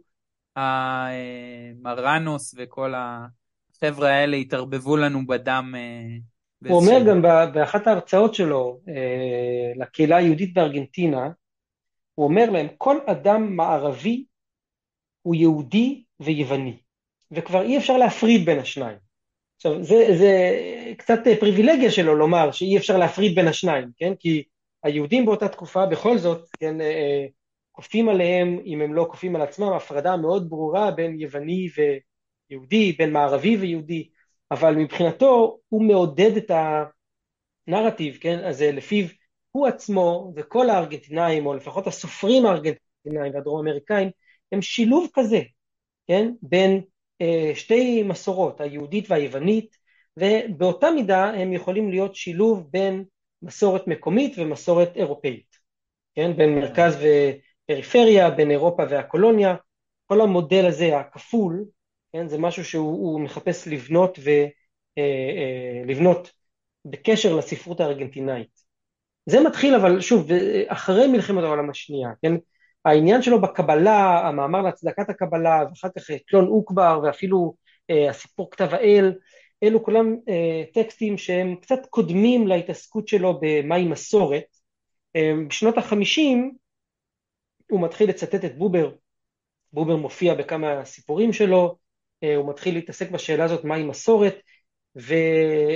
המרנוס וכל החבר'ה האלה התערבבו לנו בדם אה, הוא אומר באיזשהו... גם באחת ההרצאות שלו אה, לקהילה היהודית בארגנטינה, הוא אומר להם, כל אדם מערבי הוא יהודי ויווני, וכבר אי אפשר להפריד בין השניים. עכשיו, זה, זה קצת פריבילגיה שלו לומר שאי אפשר להפריד בין השניים, כן? כי היהודים באותה תקופה בכל זאת, כן, אה, כופים עליהם, אם הם לא כופים על עצמם, הפרדה מאוד ברורה בין יווני ויהודי, בין מערבי ויהודי, אבל מבחינתו הוא מעודד את הנרטיב, כן? אז לפיו הוא עצמו וכל הארגנטינאים, או לפחות הסופרים הארגנטינאים והדרום אמריקאים, הם שילוב כזה, כן? בין אה, שתי מסורות, היהודית והיוונית, ובאותה מידה הם יכולים להיות שילוב בין מסורת מקומית ומסורת אירופאית, כן? בין מרכז ופריפריה, בין אירופה והקולוניה, כל המודל הזה הכפול, כן? זה משהו שהוא מחפש לבנות ולבנות בקשר לספרות הארגנטינאית. זה מתחיל אבל שוב אחרי מלחמת העולם השנייה, כן? העניין שלו בקבלה, המאמר להצדקת הקבלה, ואחר כך קלון אוקבר ואפילו אה, הסיפור כתב האל, אלו כולם אה, טקסטים שהם קצת קודמים להתעסקות שלו במהי מסורת. אה, בשנות החמישים הוא מתחיל לצטט את בובר, בובר מופיע בכמה סיפורים שלו, אה, הוא מתחיל להתעסק בשאלה הזאת מהי מסורת, ו...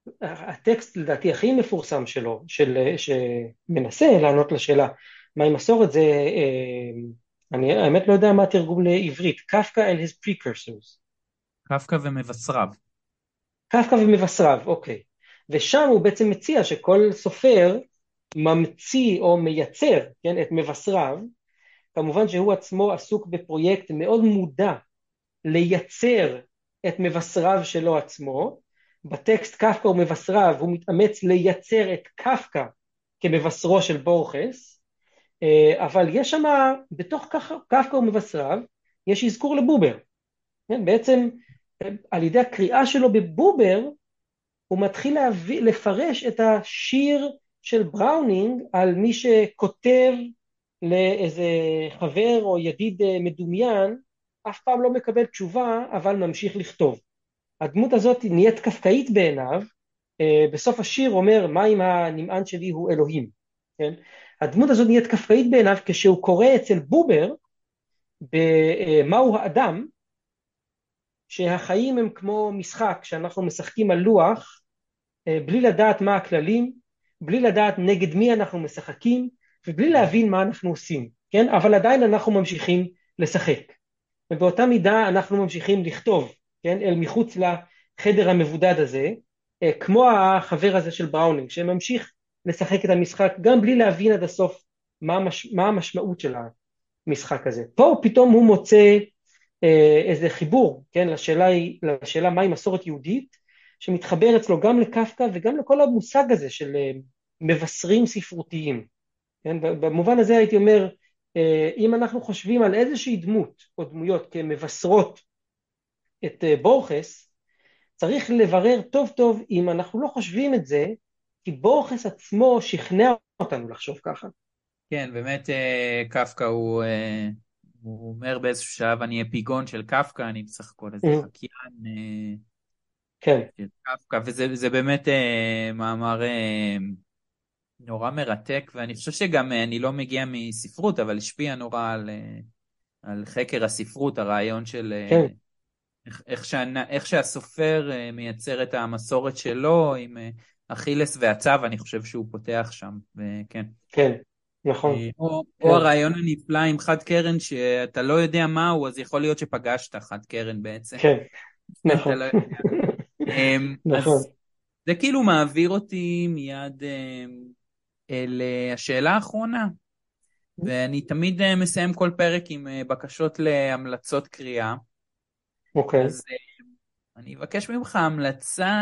הטקסט לדעתי הכי מפורסם שלו, של, שמנסה לענות לשאלה מהי מסורת, זה, אה, אני האמת לא יודע מה התרגום לעברית, קפקא and his precursors. קפקא ומבשריו. קפקא ומבשריו, אוקיי. ושם הוא בעצם מציע שכל סופר ממציא או מייצר, כן, את מבשריו, כמובן שהוא עצמו עסוק בפרויקט מאוד מודע לייצר את מבשריו שלו עצמו. בטקסט קפקא ומבשריו הוא מתאמץ לייצר את קפקא כמבשרו של בורכס, אבל יש שם בתוך קפקא ומבשריו יש אזכור לבובר, כן? בעצם על ידי הקריאה שלו בבובר הוא מתחיל להביא, לפרש את השיר של בראונינג על מי שכותב לאיזה חבר או ידיד מדומיין, אף פעם לא מקבל תשובה אבל ממשיך לכתוב. הדמות הזאת נהיית קפקאית בעיניו, בסוף השיר אומר מה אם הנמען שלי הוא אלוהים, כן? הדמות הזאת נהיית קפקאית בעיניו כשהוא קורא אצל בובר במהו האדם, שהחיים הם כמו משחק שאנחנו משחקים על לוח בלי לדעת מה הכללים, בלי לדעת נגד מי אנחנו משחקים ובלי להבין מה אנחנו עושים, כן? אבל עדיין אנחנו ממשיכים לשחק, ובאותה מידה אנחנו ממשיכים לכתוב, כן? אל מחוץ לחדר המבודד הזה, כמו החבר הזה של בראונינג שממשיך לשחק את המשחק גם בלי להבין עד הסוף מה, המש... מה המשמעות של המשחק הזה. פה פתאום הוא מוצא איזה חיבור, כן? לשאלה, לשאלה מהי מסורת יהודית, שמתחבר אצלו גם לקפקא וגם לכל המושג הזה של מבשרים ספרותיים, כן? במובן הזה הייתי אומר, אם אנחנו חושבים על איזושהי דמות או דמויות כמבשרות את בורכס, צריך לברר טוב טוב אם אנחנו לא חושבים את זה, כי בורכס עצמו שכנע אותנו לחשוב ככה. כן, באמת קפקא הוא, הוא אומר באיזשהו שלב, אני אפיגון של קפקא, אני בסך הכל איזה חקיין כן. של קפקא, וזה זה באמת מאמר נורא מרתק, ואני חושב שגם אני לא מגיע מספרות, אבל השפיע נורא על, על חקר הספרות, הרעיון של כן. איך, איך, שה, איך שהסופר מייצר את המסורת שלו עם אכילס והצב, אני חושב שהוא פותח שם, וכן. כן, נכון. או, כן. או הרעיון הנפלא עם חד קרן, שאתה לא יודע מהו, אז יכול להיות שפגשת חד קרן בעצם. כן, נכון. אתה לא יודע. נכון. אז זה כאילו מעביר אותי מיד אל השאלה האחרונה, ואני תמיד מסיים כל פרק עם בקשות להמלצות קריאה. אוקיי. אז אני אבקש ממך המלצה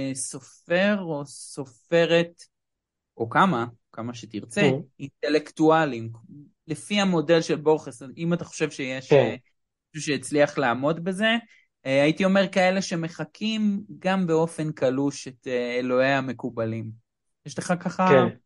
לסופר או סופרת, או כמה, כמה שתרצה, אינטלקטואלים, לפי המודל של בורכס. אם אתה חושב שיש משהו שהצליח לעמוד בזה, הייתי אומר כאלה שמחכים גם באופן קלוש את אלוהי המקובלים. יש לך ככה? כן.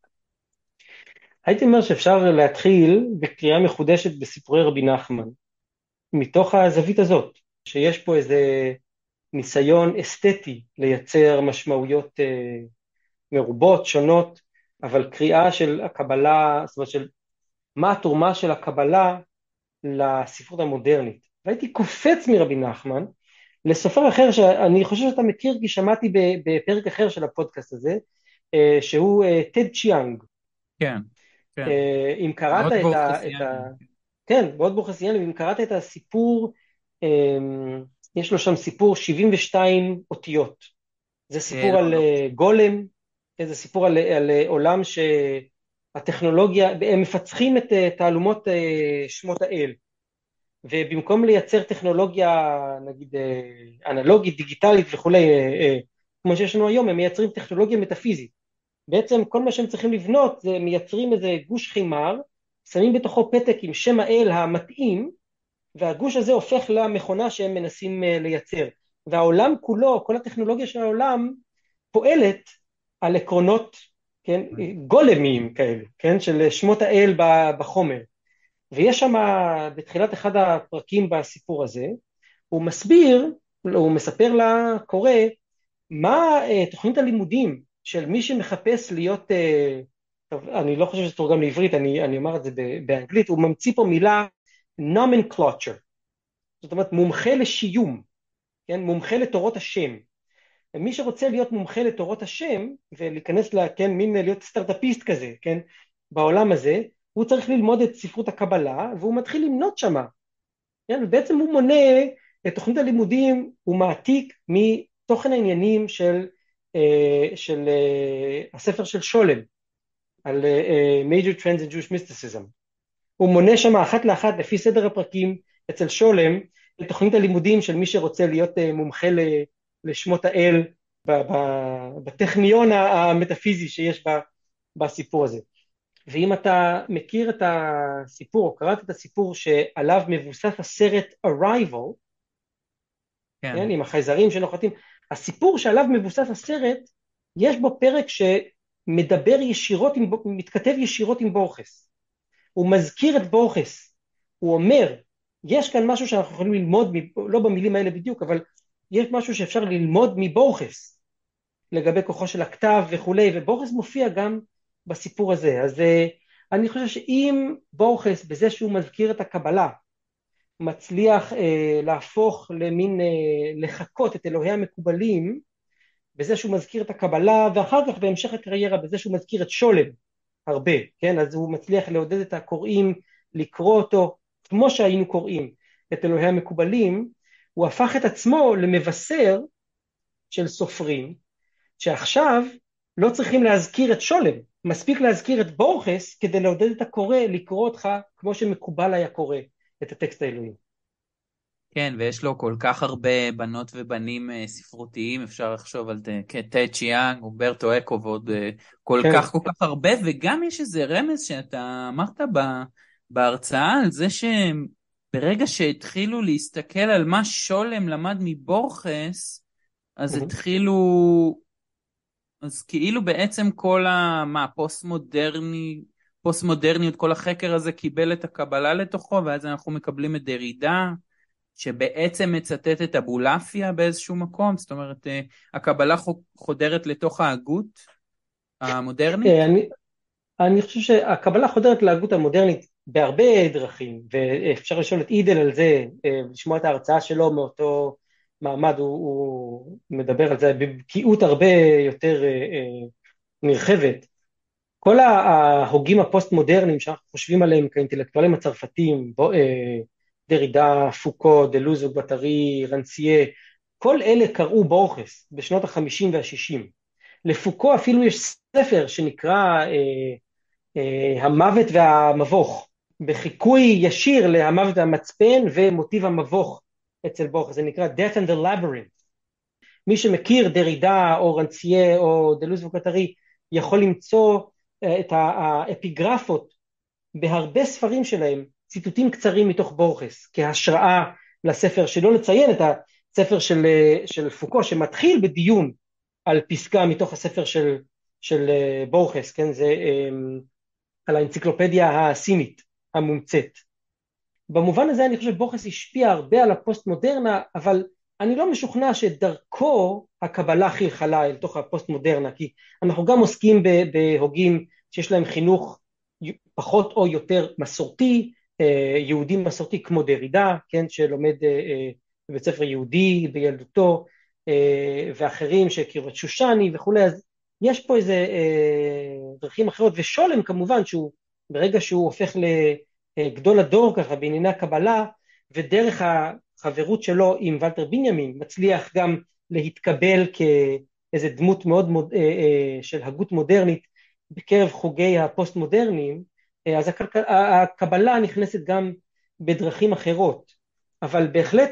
הייתי אומר שאפשר להתחיל בקריאה מחודשת בסיפורי רבי נחמן, מתוך הזווית הזאת, שיש פה איזה ניסיון אסתטי לייצר משמעויות אה, מרובות, שונות, אבל קריאה של הקבלה, זאת אומרת של מה התרומה של הקבלה לספרות המודרנית. והייתי קופץ מרבי נחמן לסופר אחר שאני חושב שאתה מכיר, כי שמעתי בפרק אחר של הפודקאסט הזה, אה, שהוא אה, טד צ'יאנג. כן, כן. אה, אם קראת את ה... את ה... כן, מאוד בורכסיאני, אם קראת את הסיפור, אה, יש לו שם סיפור שבעים ושתיים אותיות. זה סיפור לא, על לא. גולם, זה סיפור על, על עולם שהטכנולוגיה, הם מפצחים את תעלומות שמות האל, ובמקום לייצר טכנולוגיה נגיד אנלוגית, דיגיטלית וכולי, כמו שיש לנו היום, הם מייצרים טכנולוגיה מטאפיזית. בעצם כל מה שהם צריכים לבנות זה מייצרים איזה גוש חימר, שמים בתוכו פתק עם שם האל המתאים, והגוש הזה הופך למכונה שהם מנסים לייצר. והעולם כולו, כל הטכנולוגיה של העולם, פועלת על עקרונות, כן, גולמיים כאלה, כן, של שמות האל בחומר. ויש שם בתחילת אחד הפרקים בסיפור הזה, הוא מסביר, הוא מספר לקורא, מה תוכנית הלימודים של מי שמחפש להיות, טוב, אני לא חושב שזה תורגם לעברית, אני, אני אומר את זה באנגלית, הוא ממציא פה מילה nomenclature, זאת אומרת מומחה לשיום, כן, מומחה לתורות השם. מי שרוצה להיות מומחה לתורות השם, ולהיכנס לה, כן, מין להיות סטארט-אפיסט כזה, כן, בעולם הזה, הוא צריך ללמוד את ספרות הקבלה, והוא מתחיל למנות שמה, כן, ובעצם הוא מונה את תוכנית הלימודים, הוא מעתיק מתוכן העניינים של, אה, של אה, הספר של שולם, על אה, Major Trends in Jewish Mysticism. הוא מונה שם אחת לאחת לפי סדר הפרקים אצל שולם, את תוכנית הלימודים של מי שרוצה להיות אה, מומחה לשמות האל, בטכניון המטאפיזי שיש בסיפור הזה. ואם אתה מכיר את הסיפור, או קראת את הסיפור שעליו מבוסס הסרט Arrival, כן. כן, עם החייזרים שנוחתים, הסיפור שעליו מבוסס הסרט, יש בו פרק שמדבר ישירות, עם, מתכתב ישירות עם בורכס. הוא מזכיר את בורכס, הוא אומר, יש כאן משהו שאנחנו יכולים ללמוד, לא במילים האלה בדיוק, אבל יש משהו שאפשר ללמוד מבורכס, לגבי כוחו של הכתב וכולי, ובורכס מופיע גם בסיפור הזה. אז אני חושב שאם בורכס, בזה שהוא מזכיר את הקבלה, מצליח אה, להפוך למין, אה, לחקות את אלוהי המקובלים, בזה שהוא מזכיר את הקבלה, ואחר כך בהמשך הקריירה, בזה שהוא מזכיר את שולם, הרבה, כן? אז הוא מצליח לעודד את הקוראים, לקרוא אותו, כמו שהיינו קוראים את אלוהי המקובלים, הוא הפך את עצמו למבשר של סופרים, שעכשיו לא צריכים להזכיר את שולם, מספיק להזכיר את בורכס, כדי לעודד את הקורא לקרוא אותך, כמו שמקובל היה קורא את הטקסט האלוהי. כן, ויש לו כל כך הרבה בנות ובנים ספרותיים, אפשר לחשוב על טי צ'יאנג, אומברטו אקו ועוד כל כן. כך כל כך הרבה, וגם יש איזה רמז שאתה אמרת בהרצאה על זה שברגע שהתחילו להסתכל על מה שולם למד מבורכס, אז Mm-hmm. התחילו, אז כאילו בעצם כל מה, פוסט-מודרני, פוסט-מודרניות, כל החקר הזה קיבל את הקבלה לתוכו, ואז אנחנו מקבלים את דרידה, שבעצם מצטט את אבולעפיה באיזשהו מקום, זאת אומרת, הקבלה חודרת לתוך ההגות המודרנית? אני, אני חושב שהקבלה חודרת להגות המודרנית בהרבה דרכים, ואפשר לשאול את אידל על זה, לשמוע את ההרצאה שלו מאותו מעמד, הוא, הוא מדבר על זה בבקיאות הרבה יותר נרחבת. כל ההוגים הפוסט-מודרניים שאנחנו חושבים עליהם כאינטלקטואלים הצרפתיים, דרידה, פוקו, דלוז וגואטרי, רנסייה, כל אלה קראו בורכס בשנות החמישים והשישים. לפוקו אפילו יש ספר שנקרא אה, אה, המוות והמבוך, בחיקוי ישיר להמוות והמצפן ומוטיב המבוך אצל בורכס, זה נקרא Death and the Labyrinth. מי שמכיר דרידה או רנסייה או דלוז וגואטרי יכול למצוא אה, את האפיגרפות בהרבה ספרים שלהם, ציטוטים קצרים מתוך בורכס, כהשראה לספר, שלא לציין את הספר של, של פוקו, שמתחיל בדיון על פסקה מתוך הספר של, של בורכס, כן? זה על האנציקלופדיה הסינית המומצאת. במובן הזה אני חושב שבורכס השפיע הרבה על הפוסט-מודרנה, אבל אני לא משוכנע שדרכו הקבלה חלחלה אל תוך הפוסט-מודרנה, כי אנחנו גם עוסקים בהוגים שיש להם חינוך פחות או יותר מסורתי, יהודי מסורתי כמו דרידה, כן, שלומד בבית ספר יהודי בילדותו, ואחרים שהכירו את שושני וכולי. אז יש פה איזה דרכים אחרות, ושולם כמובן שהוא ברגע שהוא הופך לגדול הדור ככה בענייני הקבלה, ודרך החברות שלו עם ולטר בנימין מצליח גם להתקבל כאיזה דמות מאוד מוד, של הגות מודרנית בקרב חוגי הפוסט-מודרניים, אז הקבלה נכנסת גם בדרכים אחרות, אבל בהחלט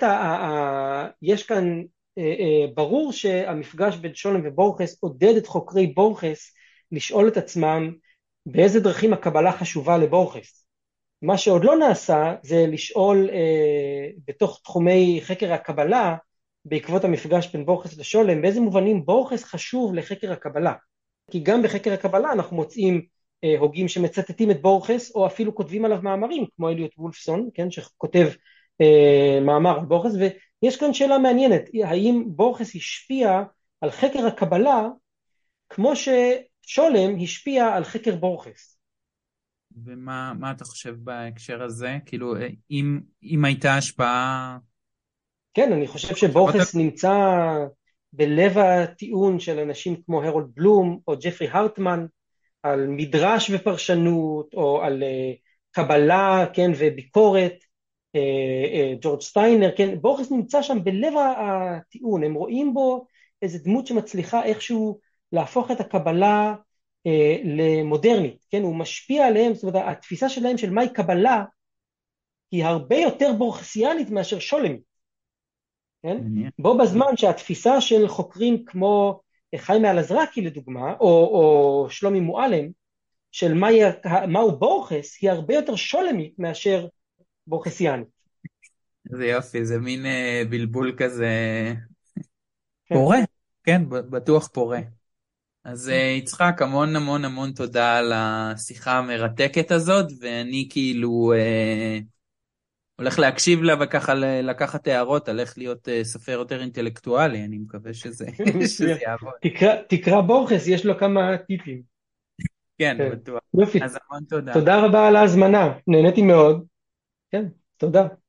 יש כאן, ברור שהמפגש בין שולם ובורכס עודד את חוקרי בורכס לשאול את עצמם באיזה דרכים הקבלה חשובה לבורכס. מה שעוד לא נעשה זה לשאול בתוך תחומי חקר הקבלה, בעקבות המפגש בין בורכס לשולם, באיזה מובנים בורכס חשוב לחקר הקבלה. כי גם בחקר הקבלה אנחנו מוצאים אה, הוגים שמצטטים את בורכס, או אפילו כותבים עליו מאמרים, כמו אליוט וולפסון, כן, שכותב אה, מאמר על בורכס, ויש כאן שאלה מעניינת, האם בורכס השפיע על חקר הקבלה, כמו ששולם השפיע על חקר בורכס? ומה מה אתה חושב בהקשר הזה? כאילו, אם, אם הייתה השפעה... כן, אני חושב שבורכס נמצא בלב הטיעון של אנשים כמו הרולד בלום או ג'פרי הרטמן, על מדרש ופרשנות, או על uh, קבלה, כן, וביקורת, uh, uh, ג'ורג' סטיינר, כן, בורכס נמצא שם בלב הטיעון, הם רואים בו איזו דמות שמצליחה איכשהו להפוך את הקבלה uh, למודרנית, כן, הוא משפיע עליהם, זאת אומרת, התפיסה שלהם של מהי קבלה, היא הרבה יותר בורכסיאנית מאשר שולמית, כן? מעניין. בו בזמן שהתפיסה של חוקרים כמו חיימה אלעזרקי לדוגמה, או, או שלומי מועלם, של מהי, מהו בורכס, היא הרבה יותר שולמית מאשר בורכסיאנית. זה יופי, זה מין אה, בלבול כזה כן, פורה, כן, ב- בטוח פורה. אז כן. אה, יצחק, המון המון המון תודה על השיחה המרתקת הזאת, ואני כאילו אה, הולך להקשיב לה וככה ל- לקחת הערות על איך להיות אה, סופר יותר אינטלקטואלי, אני מקווה שזה, מצוין. שזה יעבוד. תקרא, תקרא בורכס, יש לו כמה טיפים. כן, כן. בטוח. יופי. אז המון תודה. תודה רבה על ההזמנה, נהניתי מאוד. כן, תודה.